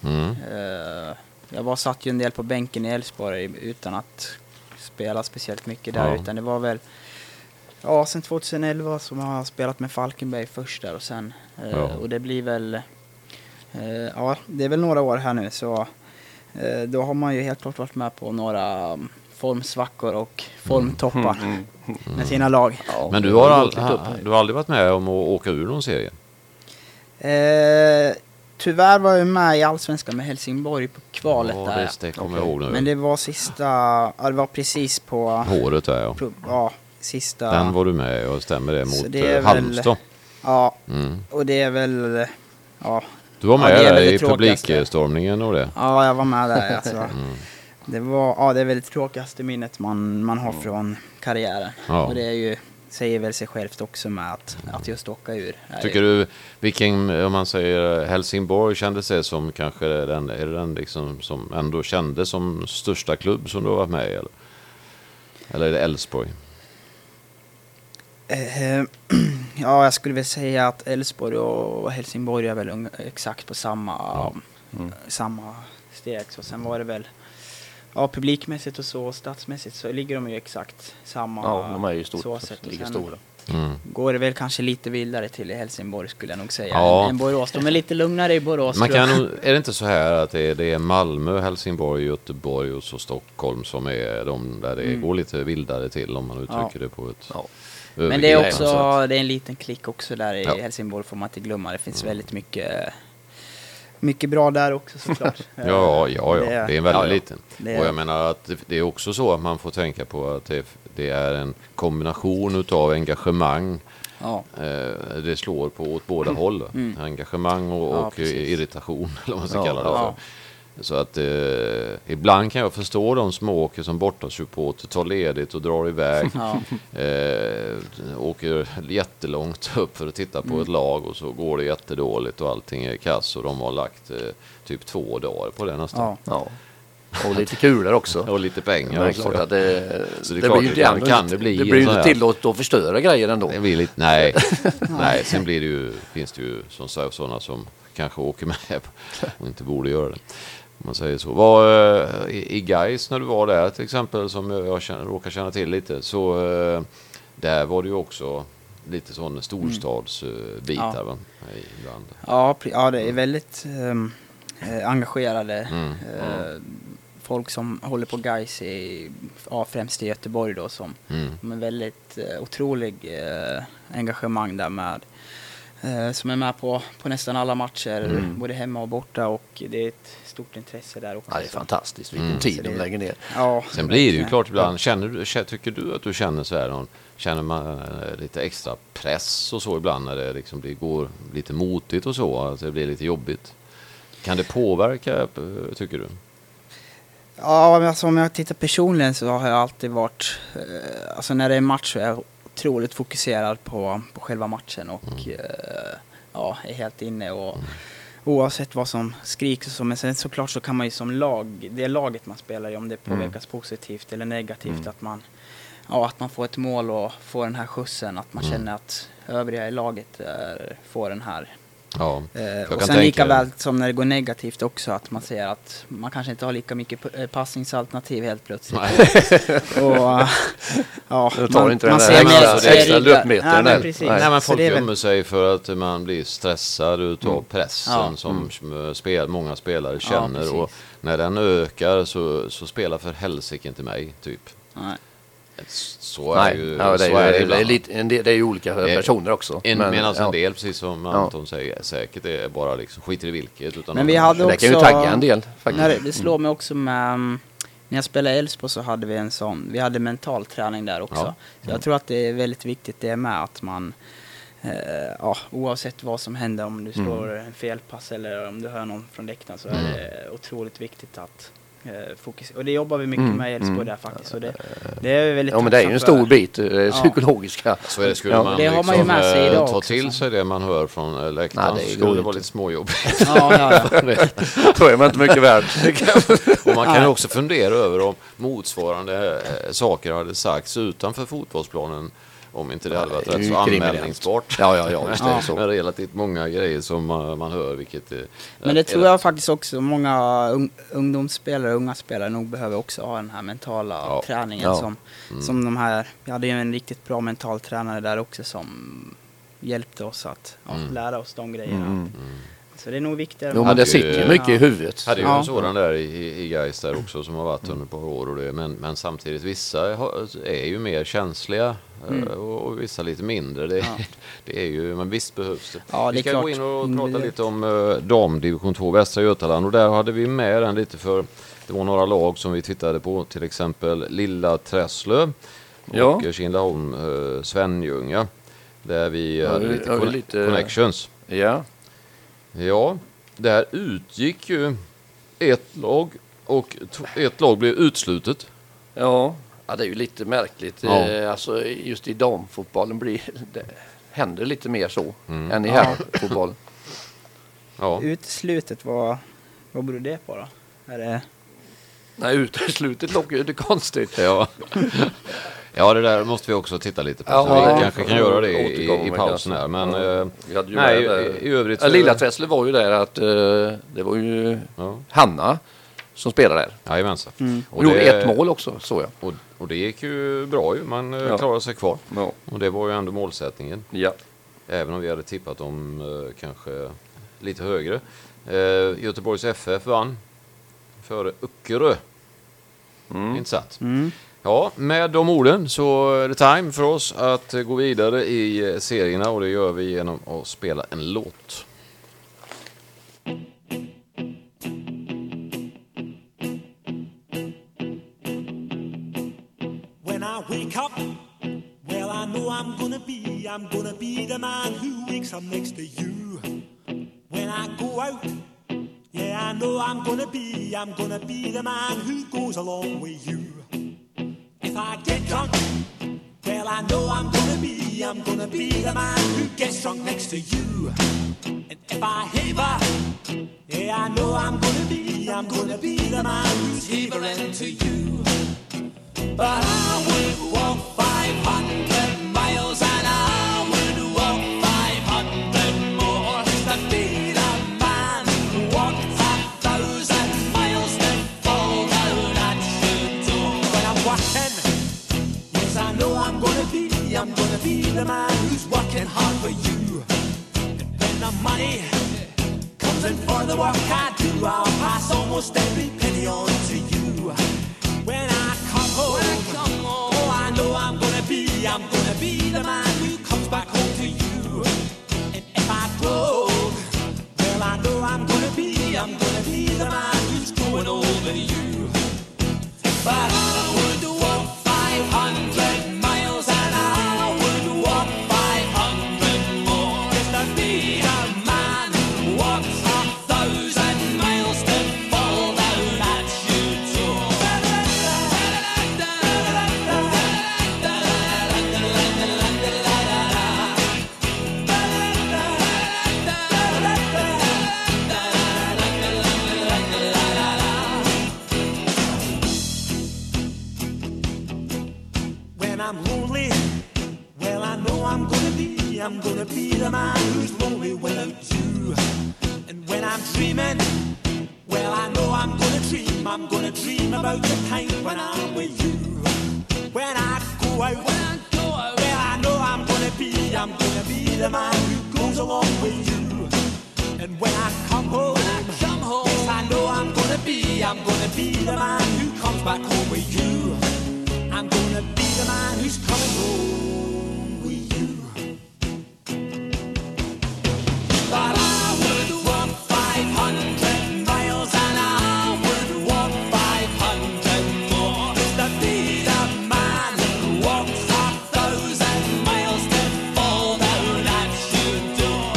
Speaker 4: Jag satt ju en del på bänken i Elfsborg utan att spela speciellt mycket där, utan det var väl sen 2011 som jag har spelat med Falkenberg först där och sen och det blir väl det är väl några år här nu, så då har man ju helt klart varit med på några formsvackor och formtoppar med sina lag.
Speaker 1: Ja, men du har aldrig varit med om att åka ur någon serie?
Speaker 4: Tyvärr var jag med i Allsvenskan med Helsingborg på kvalet där.
Speaker 1: Det kommer jag ihåg nu.
Speaker 4: Men det var det var precis på
Speaker 1: håret där,
Speaker 4: sista.
Speaker 1: Den var du med och stämmer det mot Halmstad.
Speaker 4: Ja, och det är väl
Speaker 1: du var med där i publikstormningen och det?
Speaker 4: Ja, jag var med där alltså. Det är väl det tråkigaste minnet man har från karriären. Och det är ju, säger väl sig självt också med att just åka ur.
Speaker 1: Tycker du, om man säger Helsingborg kändes det som kanske är den liksom som ändå kändes som största klubb som du har varit med i, eller är det Elfsborg?
Speaker 4: Ja, jag skulle väl säga att Elfsborg och Helsingborg är väl exakt på samma steg. Så sen var det väl publikmässigt och så, stadsmässigt så ligger de ju exakt samma.
Speaker 2: Ja, de är ju ligger stora.
Speaker 4: Går det väl kanske lite vildare till i Helsingborg skulle jag nog säga än Borås. De är lite lugnare i Borås.
Speaker 1: Är det inte så här att det är Malmö, Helsingborg, Göteborg och så Stockholm som är de där det går lite vildare till, om man uttrycker det på ett
Speaker 4: men det är också det är en liten klick också där i Helsingborg, får man inte glömma. Det finns väldigt mycket bra där också såklart.
Speaker 1: Det är en väldigt liten. Och jag menar att det är också så att man får tänka på att det är en kombination utav engagemang. Det slår på åt båda håll. Engagemang och irritation, eller vad man ska kalla det för. Så att ibland kan jag förstå de som åker som bortasupporter, tar ledigt och drar iväg. Åker jättelångt upp för att titta på ett lag och så går det jättedåligt och allting är kass och de har lagt typ 2 dagar på det nästan.
Speaker 2: Och lite kulor också.
Speaker 1: Och lite pengar.
Speaker 2: Det är klart att det
Speaker 1: blir
Speaker 2: ju tillåtet att förstöra grejer ändå.
Speaker 1: Det blir lite, nej, sen finns det ju sådana som kanske åker med och inte borde göra det. Man säger så. I Gais när du var där till exempel, som jag råkar känna till lite, så där var det ju också lite sån storstadsbitar va? Ibland.
Speaker 4: Ja, det är väldigt engagerade folk som håller på Gais främst i Göteborg då, som är väldigt otrolig engagemang där med. Som är med på nästan alla matcher, både hemma och borta, och det är ett stort intresse där också.
Speaker 2: Ja, det är fantastiskt vilken tid de lägger ner.
Speaker 1: Sen blir det ju klart ibland, tycker du att du känner så här, känner man lite extra press och så ibland när det går lite motigt och så, att det blir lite jobbigt? Kan det påverka, tycker du?
Speaker 4: Ja, alltså om jag tittar personligen så har jag alltid varit, alltså när det är match så är jag otroligt fokuserad på själva matchen och är helt inne och oavsett vad som skriks och så. Men sen såklart så kan man ju som lag, det laget man spelar i, om det påverkas positivt eller negativt, att man får ett mål och får den här skjutsen, att man känner att övriga i laget får den här
Speaker 1: Ja.
Speaker 4: Och sen lika väl som när det går negativt också, att man ser att man kanske inte har lika mycket passningsalternativ helt plötsligt. Och ja,
Speaker 2: man ser extra löpmeter.
Speaker 1: Nej, men folk gömmer sig för att man blir stressad utav pressen som många spelare känner. Och när den ökar så spelar för helsike inte mig, typ.
Speaker 4: Nej.
Speaker 1: Så är ju,
Speaker 2: det är ju olika personer också.
Speaker 1: Medan en del, precis som Anton säger, säkert är bara liksom skiter i vilket. Utan
Speaker 4: men vi hade också,
Speaker 2: det kan ju tagga en del faktiskt.
Speaker 4: Det slår mig också med, när jag spelade Elfsborg så hade vi en sån, vi hade mental träning där också. Så jag tror att det är väldigt viktigt det med att man oavsett vad som händer, om du slår en felpass eller om du hör någon från läktaren, så är det otroligt viktigt att fokus. Och det jobbar vi mycket med Elfsborg där faktiskt. Så det är väldigt
Speaker 2: men det är ju en stor bit psykologiska.
Speaker 1: Så är det, skulle man
Speaker 4: det har man ju med sig idag
Speaker 1: ta
Speaker 4: också,
Speaker 1: till sig det man hör från läktaren, så skulle det vara lite småjobbigt.
Speaker 2: Då är man inte mycket värd.
Speaker 1: Och man kan ju också fundera över om motsvarande saker hade sagts utanför fotbollsplanen, om inte det hade varit rätt så anmälningsbart.
Speaker 2: Ja, det är så.
Speaker 1: Med relativt många grejer som man hör, vilket
Speaker 4: men det tror jag faktiskt också många ungdomsspelare, unga spelare nog behöver också ha den här mentala träningen som de här, vi hade ju en riktigt bra mental tränare där också som hjälpte oss att lära oss de grejerna. Så det är nog viktigare.
Speaker 2: Det sitter mycket i huvudet.
Speaker 1: Hade ju en sådan där i Gais där också som har varit under ett par år. Och men samtidigt, vissa är ju mer känsliga och vissa lite mindre. Det är ju, men visst behövs det.
Speaker 4: Ja,
Speaker 1: vi ska gå in och prata lite om damdivision 2 Västra Götaland. Och där hade vi med den lite, för det var några lag som vi tittade på. Till exempel Lilla Träslö och Kindaholm Svenljunga. Där vi hade lite connections. Ja, där utgick ju ett lag och ett lag blev utslutet.
Speaker 2: Ja, det är ju lite märkligt. Alltså, just i damfotbollen händer lite mer så än i herrfotboll.
Speaker 4: Utslutet, vad beror det på då? Är det...
Speaker 2: Nej, utslutet låter ju konstigt.
Speaker 1: Ja, det där måste vi också titta lite på. Så vi kanske kan göra det i pausen här. Men i övrigt...
Speaker 2: Lilla Träslö var ju där att det var ju Hanna som spelade där.
Speaker 1: Jajamensan.
Speaker 2: Och gjorde ett mål också, så jag.
Speaker 1: Och det gick ju bra ju. Man klarade sig kvar. Ja. Och det var ju ändå målsättningen.
Speaker 2: Ja.
Speaker 1: Även om vi hade tippat om kanske lite högre. Göteborgs FF vann före Öckerö. Intressant. Ja, med de orden så är det time för oss att gå vidare i serierna, och det gör vi genom att spela en låt.
Speaker 8: When I wake up, well I know I'm gonna be the man who wakes up next to you. When I go out, yeah I know I'm gonna be the man who goes along with you. If I get drunk, well I know I'm gonna be the man who gets drunk next to you. And if I haver, yeah I know I'm gonna be the man who's havering to you. But I would walk 500 miles and I would walk 500 more just to be the man who walks 1,000 miles to fall down at your door. When I'm walking, yes I know I'm gonna be the man who's working hard for you. And when the money comes in for the work I do, I'll pass almost every penny on to you. When I come home, oh I know I'm gonna be the man who comes back home to you. And if I broke, well I know I'm gonna be the man who's going over you. But I would walk 500 miles and I would walk 500 more just to be the man who walks 1,000 miles to fall down at your door. I'm dreaming, well, I know I'm gonna dream about the time when I'm with you. When I go out, well, I know I'm gonna be the man who goes along with you. And when I come home, yes, I know I'm gonna be the man who comes back home with you. I'm gonna be the man who's coming home with you. But I would walk 500 miles and I would walk 500 more just to be the man who walks 1,000 miles to fall down at your door.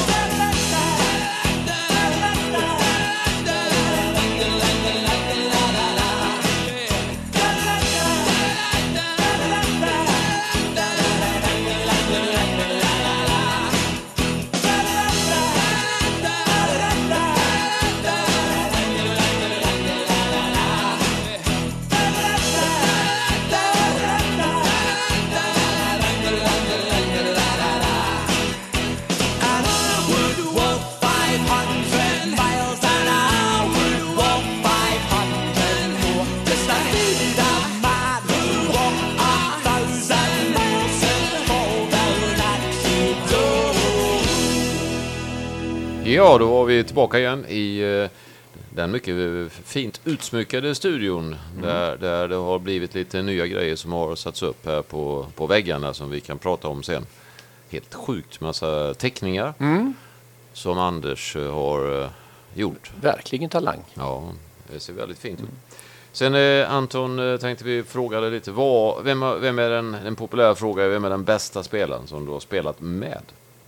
Speaker 1: Ja, då var vi tillbaka igen i den mycket fint utsmyckade studion där det har blivit lite nya grejer som har satts upp här på väggarna som vi kan prata om sen. Helt sjukt massa teckningar som Anders har gjort.
Speaker 2: Verkligen talang.
Speaker 1: Ja, det ser väldigt fint ut. Sen Anton tänkte vi fråga dig lite, vem är den populära frågan, vem är den bästa spelaren som du har spelat med?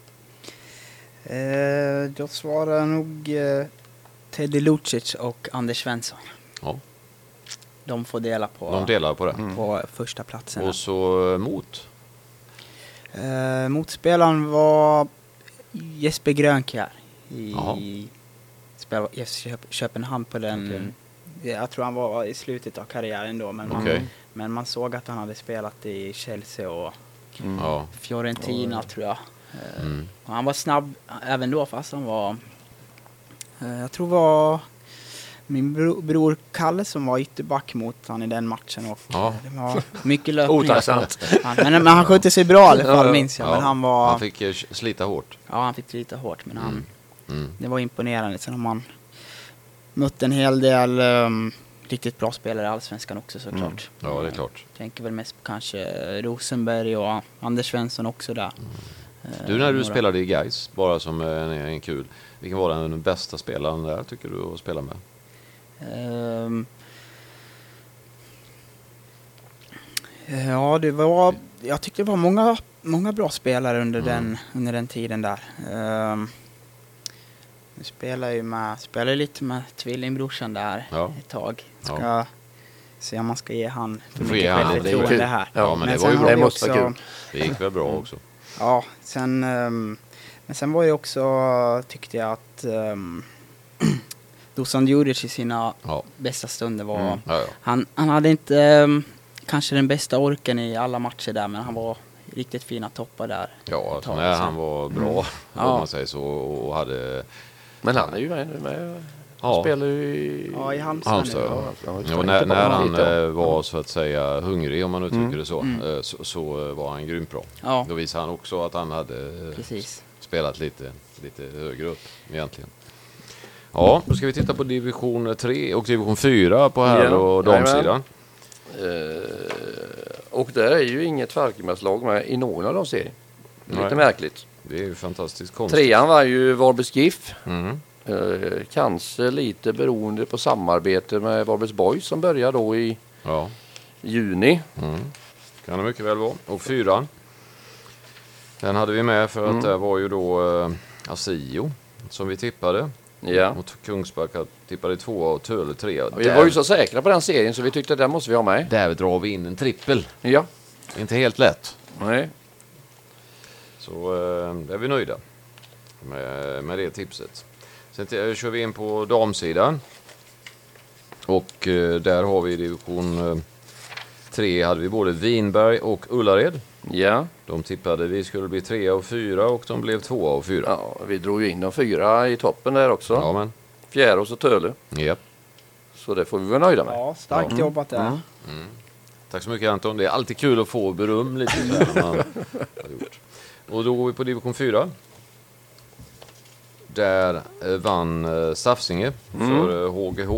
Speaker 4: Då svarar nog Teddy Lucic och Anders Svensson.
Speaker 1: Ja.
Speaker 4: De får dela på,
Speaker 1: det.
Speaker 4: På första platsen.
Speaker 1: Och så mot?
Speaker 4: Motspelaren var Jesper Grönkjær spelade i Köpenhamn på den. Okay. Jag tror han var i slutet av karriären då, men man såg att han hade spelat i Chelsea och Fiorentina tror jag. Och han var snabb även då, fast han var jag tror var min bror Kalle som var ytterback mot han i den matchen och det var mycket löpningar. Men han skötte sig bra i alla fall, minns jag. Men han
Speaker 1: fick slita hårt.
Speaker 4: Ja, han fick slita hårt, men det var imponerande. Sen har man mött en hel del riktigt bra spelare i Allsvenskan också såklart.
Speaker 1: Ja, det är klart.
Speaker 4: Tänker väl mest på kanske Rosenberg och Anders Svensson också där.
Speaker 1: Du, när du spelade i Gais, bara som en kul, vilken var den bästa spelaren där tycker du att spela med?
Speaker 4: Ja, jag tyckte det var många bra spelare under den tiden där. Nu spelar lite med tvillingbrorsan där ett tag. Ska se om man ska ge han för mycket självförtroende här.
Speaker 1: Ja, men det var ju bra.
Speaker 2: Det måste vara kul.
Speaker 1: Det gick väl bra också.
Speaker 4: Ja, men sen var ju också, tyckte jag att Dusan Djuric i sina bästa stunder var han hade inte kanske den bästa orken i alla matcher där, men han var riktigt fina toppar där.
Speaker 1: Ja, alltså, när han var bra om man säger så, och hade.
Speaker 2: Men han är ju med. Han spelar ju i
Speaker 4: Halmstad.
Speaker 1: När han var så att säga hungrig, om man nu tycker det så var han grymt bra. Ja. Då visade han också att han hade spelat lite högre upp egentligen. Ja, då ska vi titta på division 3 och division 4 på här och damsidan.
Speaker 2: Och där är ju inget Falkenbergslag med i någon av de serierna. Lite märkligt.
Speaker 1: Det är ju fantastiskt konstigt.
Speaker 2: 3:an var ju Varbergs GIF. Kanske lite beroende på samarbete med Varbergs Boys som börjar då i juni.
Speaker 1: Kan det mycket väl vara. Och 4:an, den hade vi med för att det var ju då Asio som vi tippade.
Speaker 2: Ja.
Speaker 1: Och Kungsbacka tippade 2 och Töle 3.
Speaker 2: Vi var ju så säkra på den serien så vi tyckte att den måste vi ha med.
Speaker 1: Där drar vi in en trippel.
Speaker 2: Ja.
Speaker 1: Inte helt lätt.
Speaker 2: Nej.
Speaker 1: Så är vi nöjda med det tipset. Sen kör vi in på damsidan. Och där har vi i division 3 hade vi både Vinberg och Ullared.
Speaker 2: Ja.
Speaker 1: De tippade vi skulle bli 3 och 4 och de blev 2 och 4.
Speaker 2: Ja, vi drog ju in de 4 i toppen där också.
Speaker 1: Ja, men.
Speaker 2: Fjärås och Töle.
Speaker 1: Japp.
Speaker 2: Så det får vi vara nöjda med.
Speaker 4: Ja, starkt jobbat där.
Speaker 1: Tack så mycket Anton. Det är alltid kul att få beröm lite så här när man har gjort. Och då går vi på division 4. Där vann Stafsinge för HGH.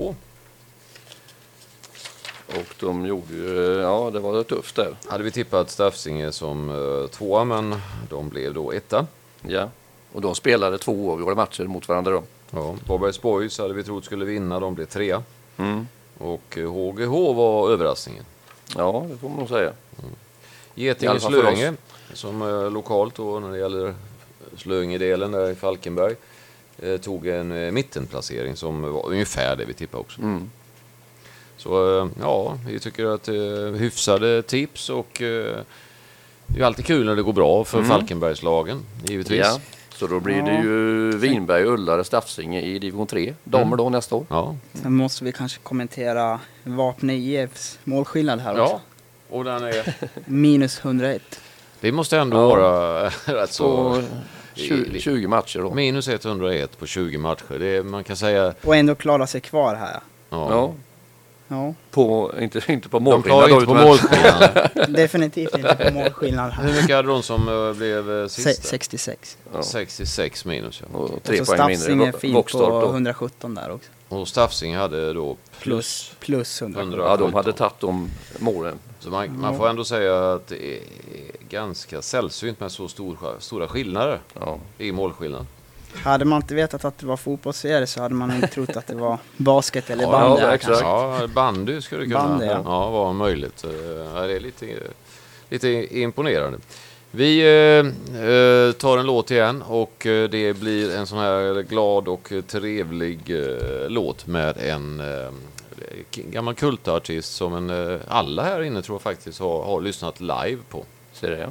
Speaker 2: Och de gjorde ju, ja det var tufft där.
Speaker 1: Hade vi tippat Stafsinge som 2, men de blev då 1.
Speaker 2: Ja, och de spelade 2 oavgjorda matcher mot varandra då.
Speaker 1: Ja, Varbergs Boys hade vi trott skulle vinna, de blev 3. Och HGH var överraskningen.
Speaker 2: Ja, det får man nog säga.
Speaker 1: Getinge Slöinge, som lokalt då när det gäller Slöinge-delen där i Falkenberg, tog en mittenplacering som var ungefär det vi tippade också. Så ja, vi tycker att hyfsade tips, och det är ju alltid kul när det går bra för Falkenbergslagen, givetvis.
Speaker 2: Ja, så då blir det ju Vinberg, Ullare, Stafsinge i division 3. Damer då nästa år.
Speaker 1: Ja.
Speaker 4: Sen måste vi kanske kommentera Vapne IFs målskillnad här också.
Speaker 1: Ja, och den är...
Speaker 4: Minus 101.
Speaker 1: Det måste ändå vara rätt så...
Speaker 2: 20 matcher då.
Speaker 1: Minus 101 på 20 matcher. Det är, man kan säga...
Speaker 4: Och ändå klara sig kvar här.
Speaker 2: Ja.
Speaker 4: Ja.
Speaker 2: På, inte på
Speaker 1: De
Speaker 2: målskillnad.
Speaker 1: klarar inte på målskillnad.
Speaker 4: Definitivt inte på målskillnad här.
Speaker 1: Hur mycket hade de som blev sista?
Speaker 4: 66.
Speaker 2: Ja.
Speaker 1: 66 minus, ja.
Speaker 2: Och
Speaker 4: Och
Speaker 2: 3
Speaker 4: så
Speaker 2: poäng
Speaker 4: Stafsinge
Speaker 2: mindre.
Speaker 4: fint
Speaker 2: Voxtorp
Speaker 4: på
Speaker 2: då.
Speaker 4: 117 där också.
Speaker 1: Och Stafsinge hade då
Speaker 4: Plus 117.
Speaker 2: Ja, de hade tagit de målen.
Speaker 1: Så man får ändå säga att det är ganska sällsynt med så stora skillnader i målskillnad.
Speaker 4: Hade man inte vetat att det var fotbollsserie så hade man inte trott att det var basket eller bandy.
Speaker 2: Ja, exakt.
Speaker 1: Ja, bandy skulle det kunna
Speaker 4: Bandy,
Speaker 1: vara möjligt. Ja, det är lite imponerande. Vi tar en låt igen, och det blir en sån här glad och trevlig låt med en gammal kultartist som alla här inne tror jag faktiskt har lyssnat live på.
Speaker 2: Ser det, ja.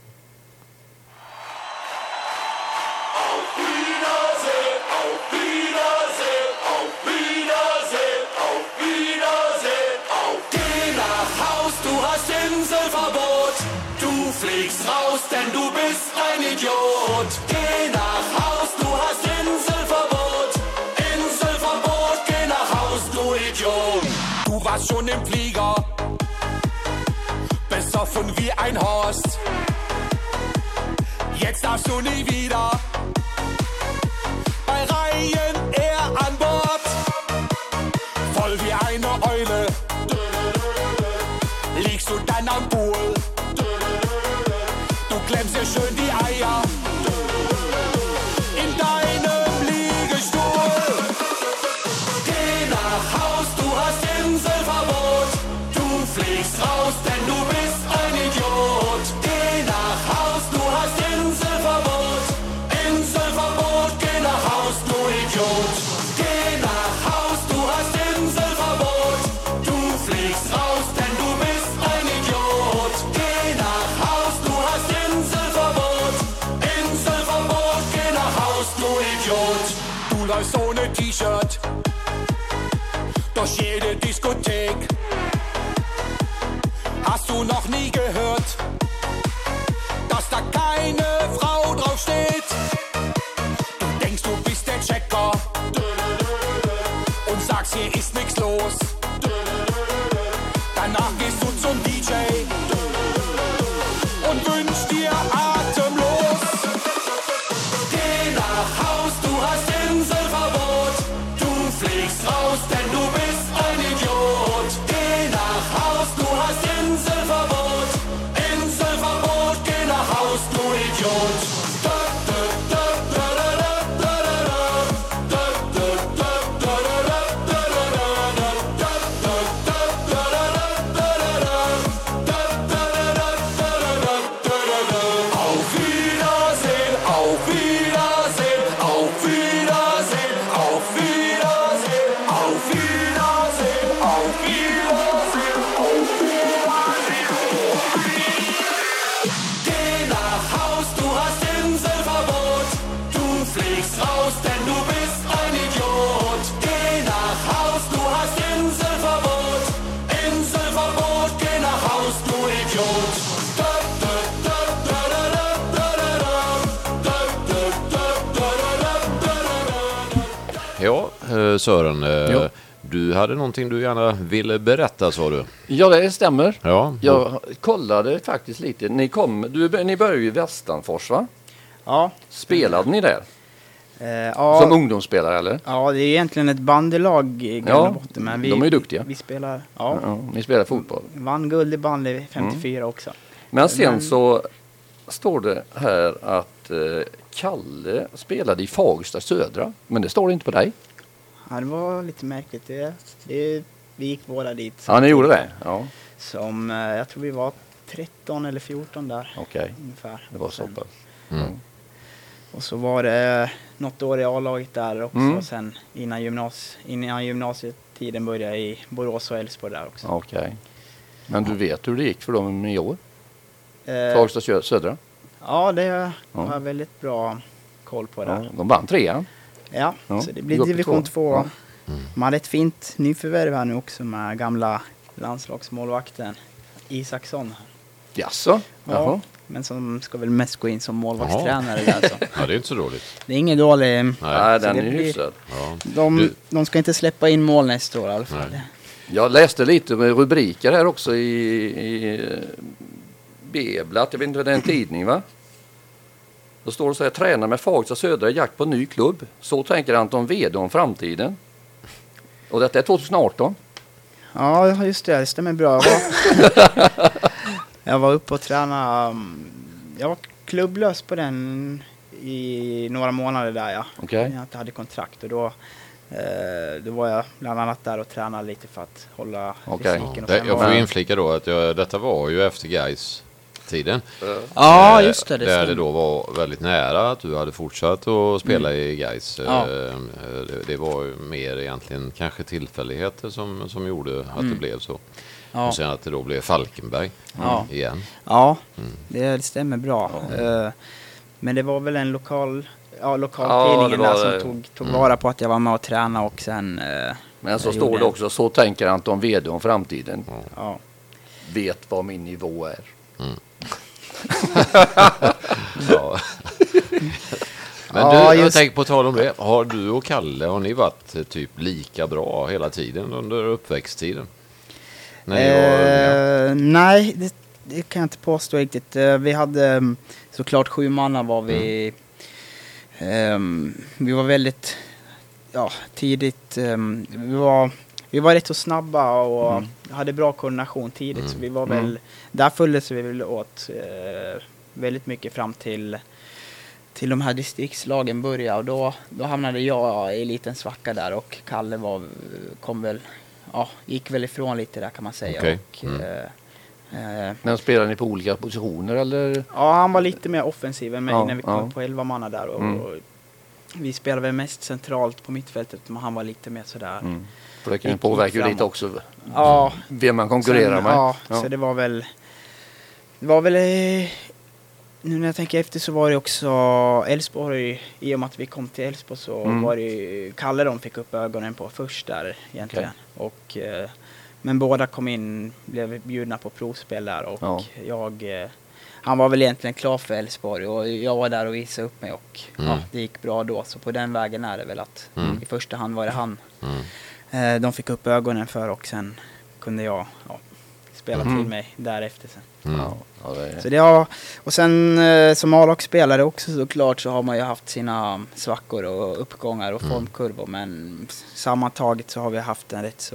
Speaker 9: Denn du bist ein Idiot. Geh nach Haus, du hast Inselverbot. Inselverbot, geh nach Haus, du Idiot. Du warst schon im Flieger, besoffen wie ein Horst. Jetzt darfst du nie wieder bei Ryanair an Bord. Voll wie eine Eule liegst du dann am Pool. Klemmst dir schön die Eier in deinem Liegestuhl. Geh nach Haus, du hast Inselverbot. Du fliegst raus, denn du bist ein Idiot. Geh nach Haus, du hast Inselverbot. Inselverbot, geh nach Haus, du Idiot. Geh nach Haus, du hast Inselverbot. Du fliegst raus, denn du bist ein Idiot. Geh nach Haus, du hast Inselverbot, geh nach Haus, du Idiot. Du läufst ohne T-Shirt durch jede Diskothek. Hast du noch nie gehört, dass da keine Frau drauf steht? Du denkst, du bist der Checker und sagst, hier ist nix los. Danach gehst du zum DJ und wünsch dir atemlos. Geh nach Haus, du hast Inselverbot. Du fliegst raus, denn du bist ein Idiot. Geh nach Haus, du hast Inselverbot. Inselverbot, geh nach Haus, du Idiot.
Speaker 1: Ja, Sören. Du hade någonting du gärna ville berätta, sa du.
Speaker 2: Ja, det stämmer.
Speaker 1: Ja.
Speaker 2: Jag kollade faktiskt lite. Ni började ju i Västanfors, va?
Speaker 4: Ja.
Speaker 2: Spelade ni där?
Speaker 4: Ja.
Speaker 2: Som ungdomsspelare, eller?
Speaker 4: Ja, det är egentligen ett bandylag i grund och botten. Men
Speaker 2: de är ju duktiga.
Speaker 4: Vi spelar,
Speaker 2: ni spelar fotboll.
Speaker 4: Vann guld i bandy 54 också.
Speaker 2: Men sen så står det här att Kalle spelade i Fagersta Södra. Men det står inte på dig.
Speaker 4: Ja, det var lite märkligt. Vi gick båda dit.
Speaker 2: Ja, ni gjorde det? Ja.
Speaker 4: Som, jag tror vi var 13 eller 14 där.
Speaker 2: Okej,
Speaker 4: ungefär.
Speaker 2: det var så pass.
Speaker 4: Och så var det något år i A-laget där också. Och sen innan gymnasietiden började i Borås och Älvsborg där också.
Speaker 2: Okej. Men du vet hur det gick för dem i år? Fagersta Södra?
Speaker 4: Ja, det har jag väldigt bra koll på där.
Speaker 2: Ja, de vann 3.
Speaker 4: Ja, så det blir division 2. Ja. Man hade ett fint nyförvärv här nu också med gamla landslagsmålvakten Isaksson.
Speaker 2: Jaså?
Speaker 4: Ja, men som ska väl mest gå in som målvaktstränare där. Så.
Speaker 1: Ja, det är inte så dåligt.
Speaker 4: Det är ingen dålig.
Speaker 2: Nej, den är hyfsad.
Speaker 1: Ja.
Speaker 4: De ska inte släppa in mål nästa år i alla fall.
Speaker 1: Nej.
Speaker 2: Jag läste lite med rubriker här också i B-blatt. Jag vet inte, det är en tidning, va? Då står det så här: tränar med Fagersta Södra i jakt på ny klubb. Så tänker Anton Wede om framtiden. Och detta är 2018.
Speaker 4: Ja, just det stämmer bra. Jag var uppe och tränade. Jag var klubblös på den i några månader där, ja.
Speaker 2: Okay.
Speaker 4: Jag inte hade kontrakt och då var jag bland annat där och tränade lite för att hålla fysiken.
Speaker 1: Jag får inflika då att detta var ju efter Gais tiden.
Speaker 4: Ja, just det.
Speaker 1: Där det då var väldigt nära att du hade fortsatt att spela i Gais.
Speaker 4: Ja.
Speaker 1: Det var ju mer egentligen kanske tillfälligheter som gjorde att det blev så.
Speaker 4: Ja.
Speaker 1: Och sen att det då blev Falkenberg igen.
Speaker 4: Ja, det stämmer bra. Men det var väl en lokal tidningen där som tog vara på att jag var med och tränade och sen...
Speaker 2: Men så står det också: så tänker Anton Wede om framtiden.
Speaker 4: Ja.
Speaker 2: Vet vad min nivå är.
Speaker 1: Ja. Men jag tänker på tal om det. Har du och Kalle, har ni varit typ lika bra hela tiden under uppväxttiden?
Speaker 4: Nej, det kan jag inte påstå riktigt. Vi hade såklart 7 mannar var vi. Vi var väldigt tidigt. Vi var rätt så snabba och hade bra koordination tidigt. Så vi var väl, där följdes vi väl åt väldigt mycket fram till de här distriktslagen började. Och då hamnade jag i en liten svacka där och Kalle gick väl ifrån lite där kan man säga.
Speaker 1: Okay.
Speaker 2: Men spelade ni på olika positioner eller?
Speaker 4: Ja, han var lite mer offensiv än mig när vi kom på 11 mannar där. Och vi spelade väl mest centralt på mittfältet, men han var lite mer sådär.
Speaker 2: För det kan ju påverka ju lite också vem man konkurrerar med.
Speaker 4: Ja, så det var väl nu när jag tänker efter så var det också Älvsborg, i och med att vi kom till Älvsborg så var det ju Kalle de fick upp ögonen på först där egentligen. Och, men båda kom in, blev bjudna på provspel där och han var väl egentligen klar för Älvsborg och jag var där och visade upp mig och det gick bra då. Så på den vägen är det väl att i första hand var det han de fick upp ögonen för och sen kunde jag spela till mig därefter sen. Så det och sen som A-lagsspelare också såklart så har man ju haft sina svackor och uppgångar och formkurvor, men sammantaget så har vi haft en rätt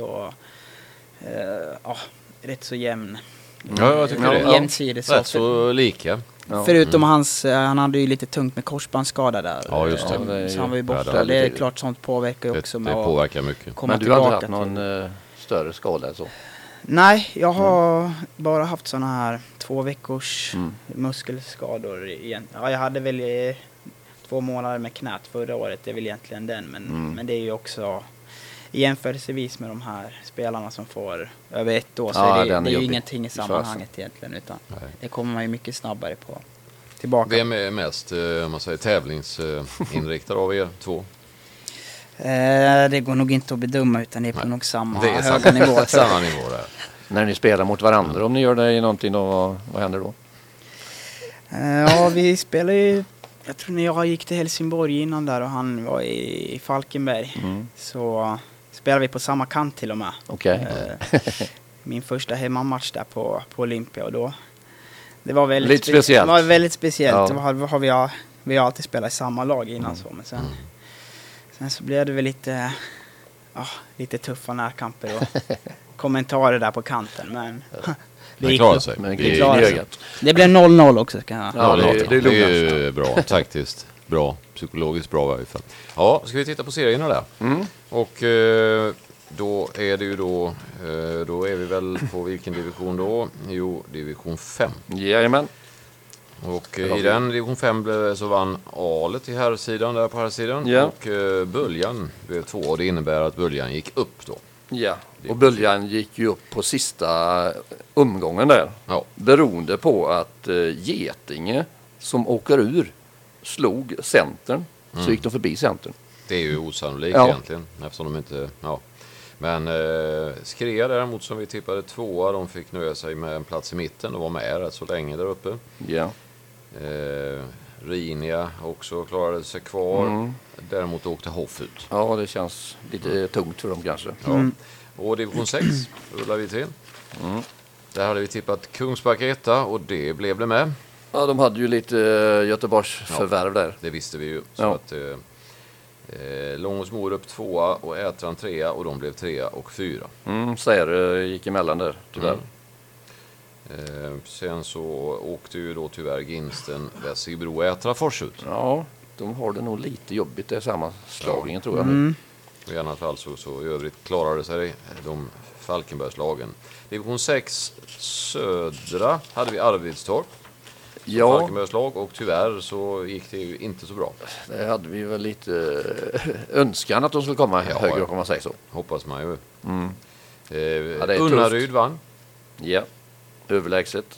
Speaker 4: så jämn.
Speaker 1: Ja, jag tycker det.
Speaker 4: Jämsidig
Speaker 1: rätt så lika.
Speaker 4: Förutom han hade ju lite tungt med korsbandsskada där.
Speaker 1: Ja, just det.
Speaker 4: Så han var ju borta. Det är klart sånt påverkar ju också.
Speaker 1: Det påverkar mycket.
Speaker 2: Men du har inte haft någon större skada så?
Speaker 4: Nej, jag har bara haft såna här 2 veckors muskelskador igen. Ja, jag hade väl 2 månader med knät förra året. Det är väl egentligen den. Men det är ju också jämförelsevis med de här spelarna som får över 1 år. Så det är ju ingenting i sammanhanget egentligen. Utan det kommer man ju mycket snabbare på tillbaka.
Speaker 1: Vem är mest tävlingsinriktad av er 2?
Speaker 4: Det går nog inte att bedöma utan det är på nog samma höga nivå.
Speaker 1: Samma nivå där.
Speaker 2: När ni spelar mot varandra, om ni gör det i någonting då, vad händer då?
Speaker 4: Ja, vi spelar ju Jag tror när jag gick till Helsingborg innan där och han var i Falkenberg så spelade vi på samma kant till och med.
Speaker 2: Okej.
Speaker 4: Min första hemmamatch där på Olympia och då det var väldigt
Speaker 2: lite speciellt.
Speaker 4: Det var väldigt speciellt.
Speaker 2: Ja.
Speaker 4: Vi har alltid spelat i samma lag innan så men sen så blev det väl lite tuffa närkamper och kommentarer där på kanten men
Speaker 1: det klarade sig.
Speaker 4: Det blev 0-0 också kan jag.
Speaker 1: Ja, det är ju bra taktiskt. Bra, psykologiskt bra i varje fall. Ja, ska vi titta på serierna där? Och då är det ju då är vi väl på vilken division då? Jo, division 5.
Speaker 2: Jajamän.
Speaker 1: Och i den division 5 så vann Alet i herrsidan där på herrsidan.
Speaker 2: Ja.
Speaker 1: Och Böljan blev 2 och det innebär att Böljan gick upp då.
Speaker 2: Ja, och Böljan gick ju upp på sista omgången där.
Speaker 1: Ja.
Speaker 2: Beroende på att Getinge som åker ur slog Centern. Så gick de förbi Centern.
Speaker 1: Det är ju osannolikt egentligen eftersom de inte... Ja. Men Skrea däremot som vi tippade 2, de fick nöja sig med en plats i mitten och var med rätt så länge där uppe.
Speaker 2: Ja.
Speaker 1: Rinia också klarade sig kvar. Däremot åkte Hoff ut.
Speaker 2: Ja, det känns lite tungt för dem kanske.
Speaker 1: Ja. Och division 6 rullar vi till. Där hade vi tippat Kungsbacka 1 och det blev det med.
Speaker 2: Ja, de hade ju lite Göteborgs förvärv där.
Speaker 1: Det visste vi ju. Så att Långåsmor upp 2 och Ätran 3 och de blev 3 och 4.
Speaker 2: Säger gick emellan där, tyvärr.
Speaker 1: Sen så åkte ju då tyvärr Ginsten, Västerbro och Ätrafors ut.
Speaker 2: Ja, de har det nog lite jobbigt. Det är samma slagningen tror jag.
Speaker 1: I annat fall så i övrigt klarade sig de Falkenbergslagen. Division 6 södra hade vi Arvidstorp.
Speaker 2: Ja.
Speaker 1: Falkenbergslag och tyvärr så gick det ju inte så bra.
Speaker 2: Det hade vi väl lite önskan att de skulle komma högre om man säger så.
Speaker 1: Hoppas man ju.
Speaker 2: Unnaryd
Speaker 1: vann.
Speaker 2: Ja, överlägset.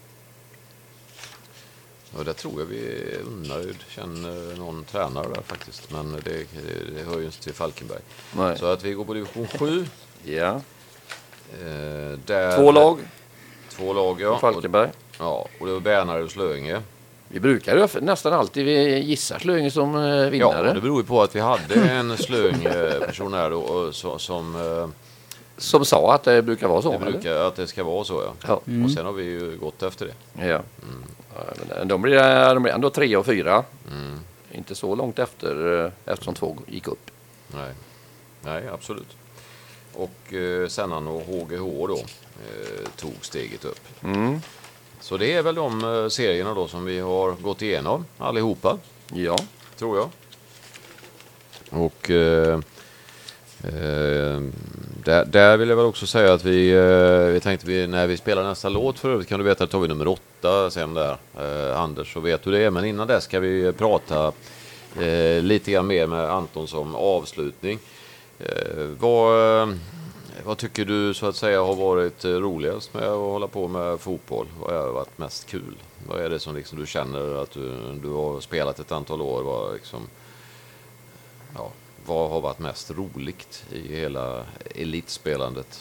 Speaker 1: Och där tror jag vi Unnaryd känner någon tränare där faktiskt. Men det hör ju inte till Falkenberg.
Speaker 2: Nej.
Speaker 1: Så att vi går på division 7.
Speaker 2: Ja.
Speaker 1: Där
Speaker 2: 2 lag.
Speaker 1: 2 lag, ja.
Speaker 2: Falkenberg.
Speaker 1: Ja, och det var Bernhard och Slöinge.
Speaker 2: Vi brukar ju nästan alltid gissa Slöinge som vinnare.
Speaker 1: Ja, det beror ju på att vi hade en Slöinge-person här då
Speaker 2: som sa att det brukar vara så.
Speaker 1: Att det ska vara så, ja. Och sen har vi ju gått efter det.
Speaker 2: Ja. Men de blir ändå 3 och 4. Inte så långt efter eftersom 2 gick upp.
Speaker 1: Nej, absolut. Och Sennan och HGH då tog steget upp. Så det är väl de serierna då som vi har gått igenom allihopa.
Speaker 2: Ja.
Speaker 1: Tror jag. Och där vill jag väl också säga att vi tänkte när vi spelar nästa låt förut kan du veta att tar vi nummer 8 sen där. Anders, så vet du det. Men innan det ska vi prata lite grann mer med Anton som avslutning. Vad tycker du så att säga har varit roligast med att hålla på med fotboll? Vad har varit mest kul? Vad är det som liksom du känner att du har spelat ett antal år? Vad har varit mest roligt i hela elitspelandet?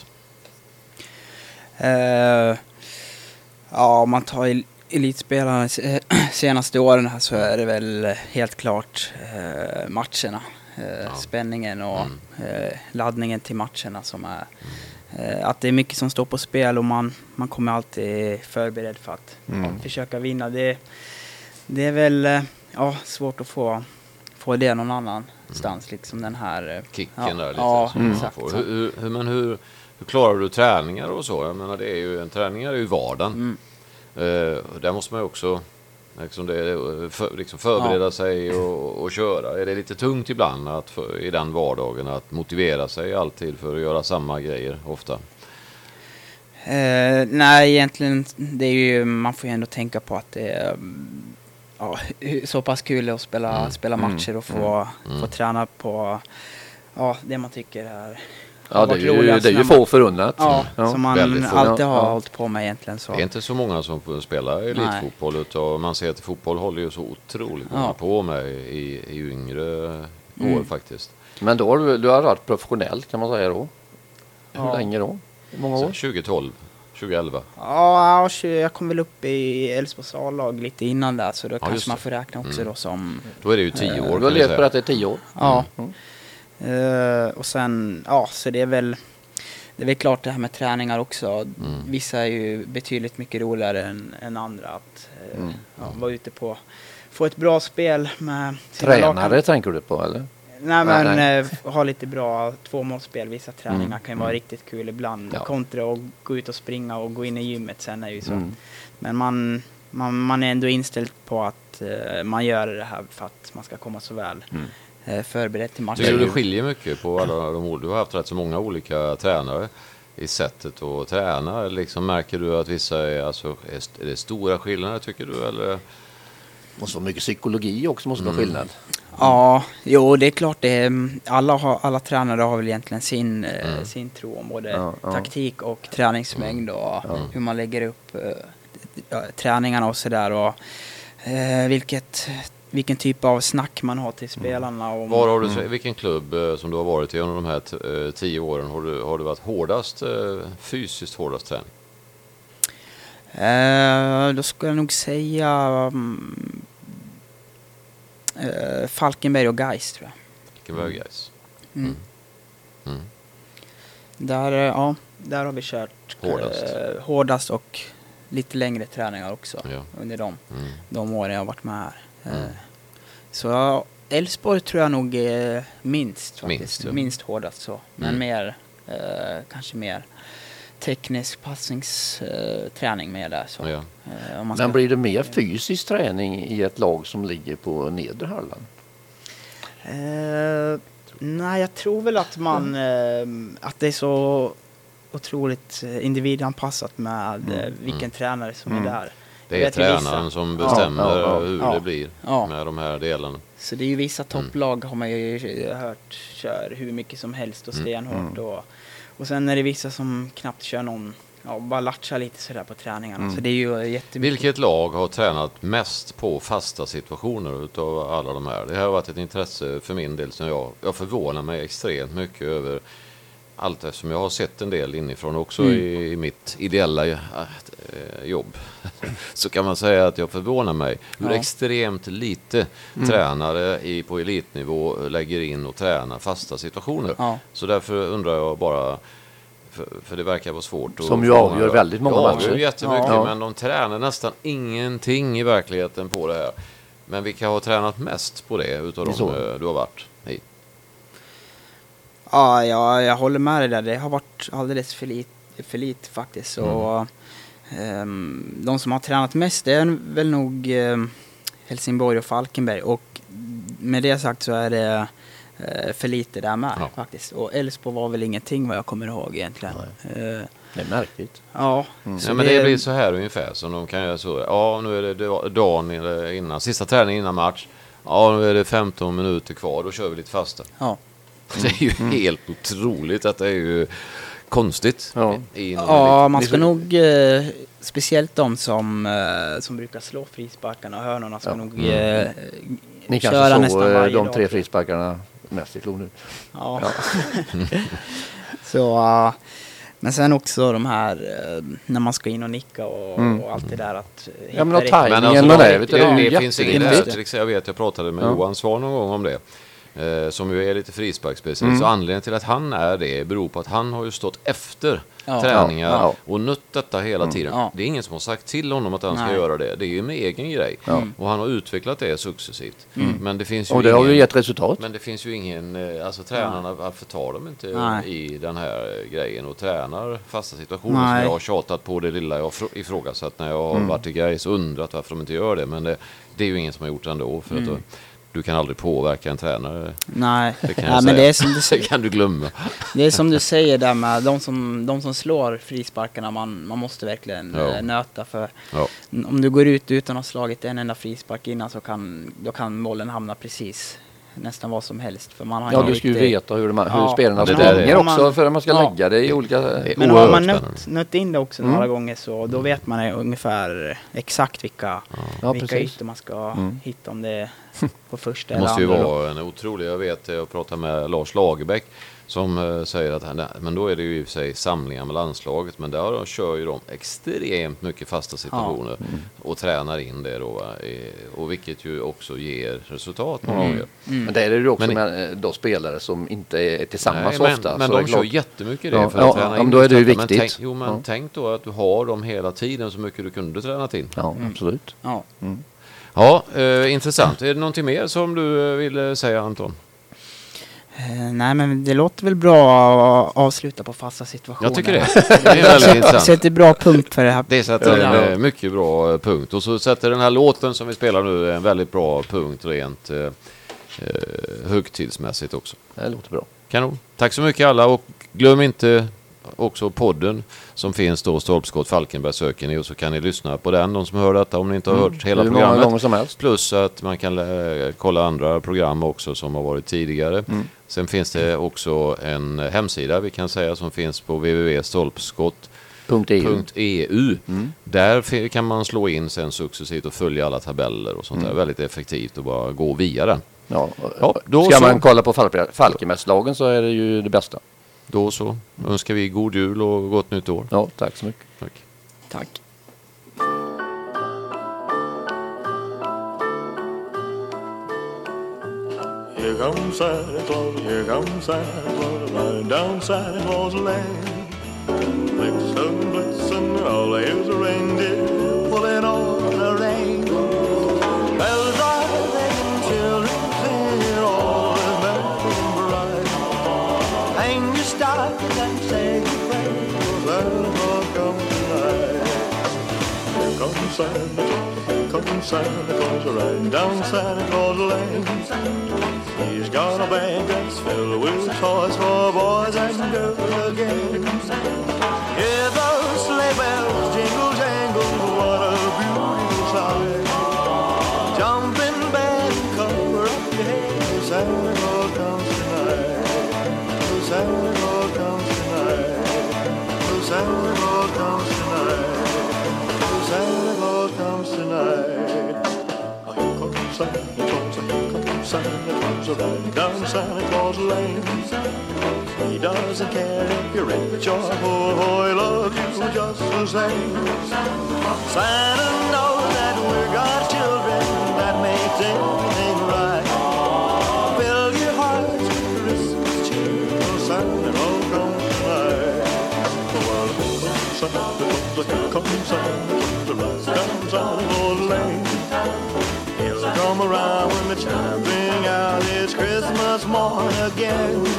Speaker 4: Om man tar elitspelarna senaste åren här så är det väl helt klart matcherna. Spänningen och laddningen till matcherna som är att det är mycket som står på spel och man kommer alltid förberedd för att försöka vinna. Det är väl svårt att få det någon annanstans liksom den här
Speaker 1: kicken där lite. Men hur klarar du träningar och så? Jag menar träningar är ju vardagen. Där måste man ju också förbereda sig och köra. Är det lite tungt ibland i den vardagen att motivera sig alltid för att göra samma grejer ofta?
Speaker 4: Nej, egentligen det är ju, man får ju ändå tänka på att det är så pass kul att spela matcher och få träna på det man tycker är
Speaker 2: det är ju få förunnat.
Speaker 4: Som man alltid har hållit på med egentligen. Så.
Speaker 1: Det är inte så många som får spela elitfotboll utan man ser att fotboll håller ju så otroligt många på med i yngre år faktiskt.
Speaker 2: Men då har du har varit professionell kan man säga då. Hur länge då? Hur många år?
Speaker 1: 2012. 2011?
Speaker 4: Ja, jag kom väl upp i Elfsborgs A-lag lite innan där, så då kanske man får räkna också då som...
Speaker 1: Då är det ju 10 år.
Speaker 2: Du har levt på att det är 10 år.
Speaker 4: Ja. Och sen, så det är väl klart det här med träningar också. Vissa är ju betydligt mycket roligare än andra att vara ute på, få ett bra spel med sina
Speaker 2: Tränare tänker du på, eller?
Speaker 4: Nej, men ha lite bra tvåmålsspel. Vissa träningar kan ju vara riktigt kul ibland. Kontra och gå ut och springa och gå in i gymmet sen är ju så. Men man är ändå inställd på att man gör det här för att man ska komma så väl förberedd till matchen.
Speaker 1: Tycker du skiljer mycket på alla de år? Du har haft rätt så många olika tränare i sättet att träna. Liksom, märker du att vissa är det stora skillnader, tycker du? Eller?
Speaker 2: Måste vara mycket psykologi också, måste vara skillnad.
Speaker 4: Ja, det är klart det är, alla tränare har väl egentligen sin tro om både taktik och träningsmängd och hur man lägger upp träningarna och sådär, och vilken typ av snack man har till spelarna.
Speaker 1: Var har du, vilken klubb som du har varit i under de här 10 åren har du varit fysiskt hårdast träning?
Speaker 4: Då skulle jag nog säga Falkenberg och Gais, tror jag.
Speaker 1: Falkenberg och Gais.
Speaker 4: Där har vi kört hårdast och lite längre träningar också under de åren jag har varit med här. Så Elfsborg tror jag nog är minst hårdast så. Men kanske mer teknisk passningsträning med där. Så.
Speaker 1: Ja.
Speaker 2: Men blir det mer fysisk träning i ett lag som ligger på nedre halvan?
Speaker 4: Nej, jag tror väl att att det är så otroligt individanpassat med vilken tränare som är där.
Speaker 1: Det är tränaren som bestämmer hur det blir med de här delarna.
Speaker 4: Så det är ju vissa topplag har man ju hört kör hur mycket som helst och stenhårt. Och sen är det vissa som knappt kör någon, bara latchar lite sådär på träningarna. Så det är ju jättemycket.
Speaker 1: Vilket lag har tränat mest på fasta situationer utav alla de här? Det har varit ett intresse för min del som jag förvånar mig extremt mycket över. Allt eftersom jag har sett en del inifrån också i mitt ideella jobb, så kan man säga att jag förvånar mig hur extremt lite tränare på elitnivå lägger in och tränar fasta situationer. Så därför undrar jag bara, för det verkar vara svårt.
Speaker 2: Som ju avgör väldigt många matcher.
Speaker 1: Avgör jättemycket, men de tränar nästan ingenting i verkligheten på det här. Men vilka har tränat mest på det utav de du har varit i?
Speaker 4: Ja, jag håller med dig där. Det har varit alldeles för lite faktiskt. Och, de som har tränat mest, det är väl nog Helsingborg och Falkenberg. Och med det sagt så är det för lite där med faktiskt. Och Elfsborg var väl ingenting vad jag kommer ihåg egentligen.
Speaker 2: Det är märkligt.
Speaker 4: Ja.
Speaker 1: Så men det blir så här ungefär som de kan göra så. Ja, nu är det dagen innan, sista träning innan match. Ja, nu är det 15 minuter kvar, då kör vi lite fasta.
Speaker 4: Ja.
Speaker 1: Det är ju helt otroligt att det är ju konstigt.
Speaker 4: Man ska nog speciellt som brukar slå frisparkarna och hörnorna ska nog
Speaker 2: ni
Speaker 4: köra
Speaker 2: kanske
Speaker 4: nästan varje dag.
Speaker 2: De 3 frisparkarna mest i klon nu.
Speaker 4: Ja. Så, men sen också de här när man ska in och nicka och allt det där att
Speaker 2: ja, men
Speaker 1: det finns inget. Jag vet, jag pratade med Johan Svan någon gång om det. Som ju är lite frisparksspecialist. Så anledningen till att han är det beror på att han har ju stått efter träningar och nött detta hela tiden. Det är ingen som har sagt till honom att han ska göra det. Det är ju en egen grej. Och han har utvecklat det successivt. Men det finns ju
Speaker 2: och det har ju gett resultat.
Speaker 1: Men det finns ju ingen, alltså tränarna, varför tar de inte i den här grejen och tränar fasta situationer som jag har tjatat på det lilla jag har ifrågasatt när jag har varit i Gais och undrat varför de inte gör det. Men det är ju ingen som har gjort det ändå för att du kan aldrig påverka en tränare.
Speaker 4: Nej,
Speaker 1: men det är som du kan du glömma.
Speaker 4: Det är som du säger där med de som slår frisparkarna, man måste verkligen nöta för om du går ut utan att ha slagit en enda frispark innan så kan bollen hamna precis nästan vad som helst för man har
Speaker 2: du ska ju veta hur spelarna springer också för att man ska lägga det i olika.
Speaker 4: Men har man nött in det också några gånger så då vet man ungefär exakt vilka ytor man ska hitta om det är på första eller andra.
Speaker 1: Det måste ju vara en otrolig, jag pratade med Lars Lagerbäck som säger att nej, men då är det ju i sig samlingar med landslaget, men där kör ju de extremt mycket fasta situationer och tränar in det då, och vilket ju också ger resultat många gånger.
Speaker 2: Men där är det ju också med då spelare som inte är tillsammans ofta.
Speaker 1: Men
Speaker 2: så
Speaker 1: de kör jättemycket det för att träna in.
Speaker 2: Då är det ju viktigt.
Speaker 1: Men tänk då att du har dem hela tiden så mycket du kunde tränat in.
Speaker 2: Ja, absolut.
Speaker 1: Ja, intressant. Är det någonting mer som du vill säga, Anton?
Speaker 4: Nej, men det låter väl bra att avsluta på fasta situationer.
Speaker 1: Jag tycker det. Det är väldigt intressant.
Speaker 4: Det sätter bra punkt för det här.
Speaker 1: Det sätter en mycket bra punkt. Och så sätter den här låten som vi spelar nu en väldigt bra punkt rent högtidsmässigt också.
Speaker 2: Det låter bra.
Speaker 1: Kanon. Tack så mycket alla, och glöm inte också podden som finns då, Stolpskott Falkenberg söker ni, och så kan ni lyssna på den, de som hör detta, om ni inte har hört hela programmet.
Speaker 2: Som helst.
Speaker 1: Plus att man kan kolla andra program också som har varit tidigare. Sen finns det också en hemsida vi kan säga som finns på www.stolpskott.eu. Där kan man slå in sen successivt och följa alla tabeller och sånt där. Väldigt effektivt och bara gå via den.
Speaker 2: Ja, då ska man kolla på Falkenbergslagen så är det ju det bästa.
Speaker 1: Då så önskar vi god jul och gott nytt år.
Speaker 2: Ja, tack så mycket.
Speaker 4: Tack.
Speaker 3: Here comes Santa Claus, riding down Santa Claus Lane. Blitzen, all here's a reindeer pulling on the rein. Bells are ringing, children singing, all is merry and bright. Hang your stockings and say your prayers, Santa Claus comes tonight. Here comes Santa Claus, riding down Santa Claus Lane. He's got a bag that's filled with toys for boys and girls again. Hear those sleigh bells jingle jangle, what a beautiful sight. Jump in bed and cover up your head, Santa Claus comes tonight. Santa Claus comes tonight. Santa Claus comes tonight. Santa Claus comes tonight. Here comes Santa Claus, Santa Claus, riding down Santa Claus Lane. He doesn't care if you're rich or poor, he loves you just the same. Santa knows that we're God's children, that makes everything right. Fill your hearts with Christmas cheer, Santa Claus comes tonight. Well, Santa Claus, here comes Santa Claus, riding down Santa Claus Lane. He'll come around when the chimes ring out, it's Christmas morning again.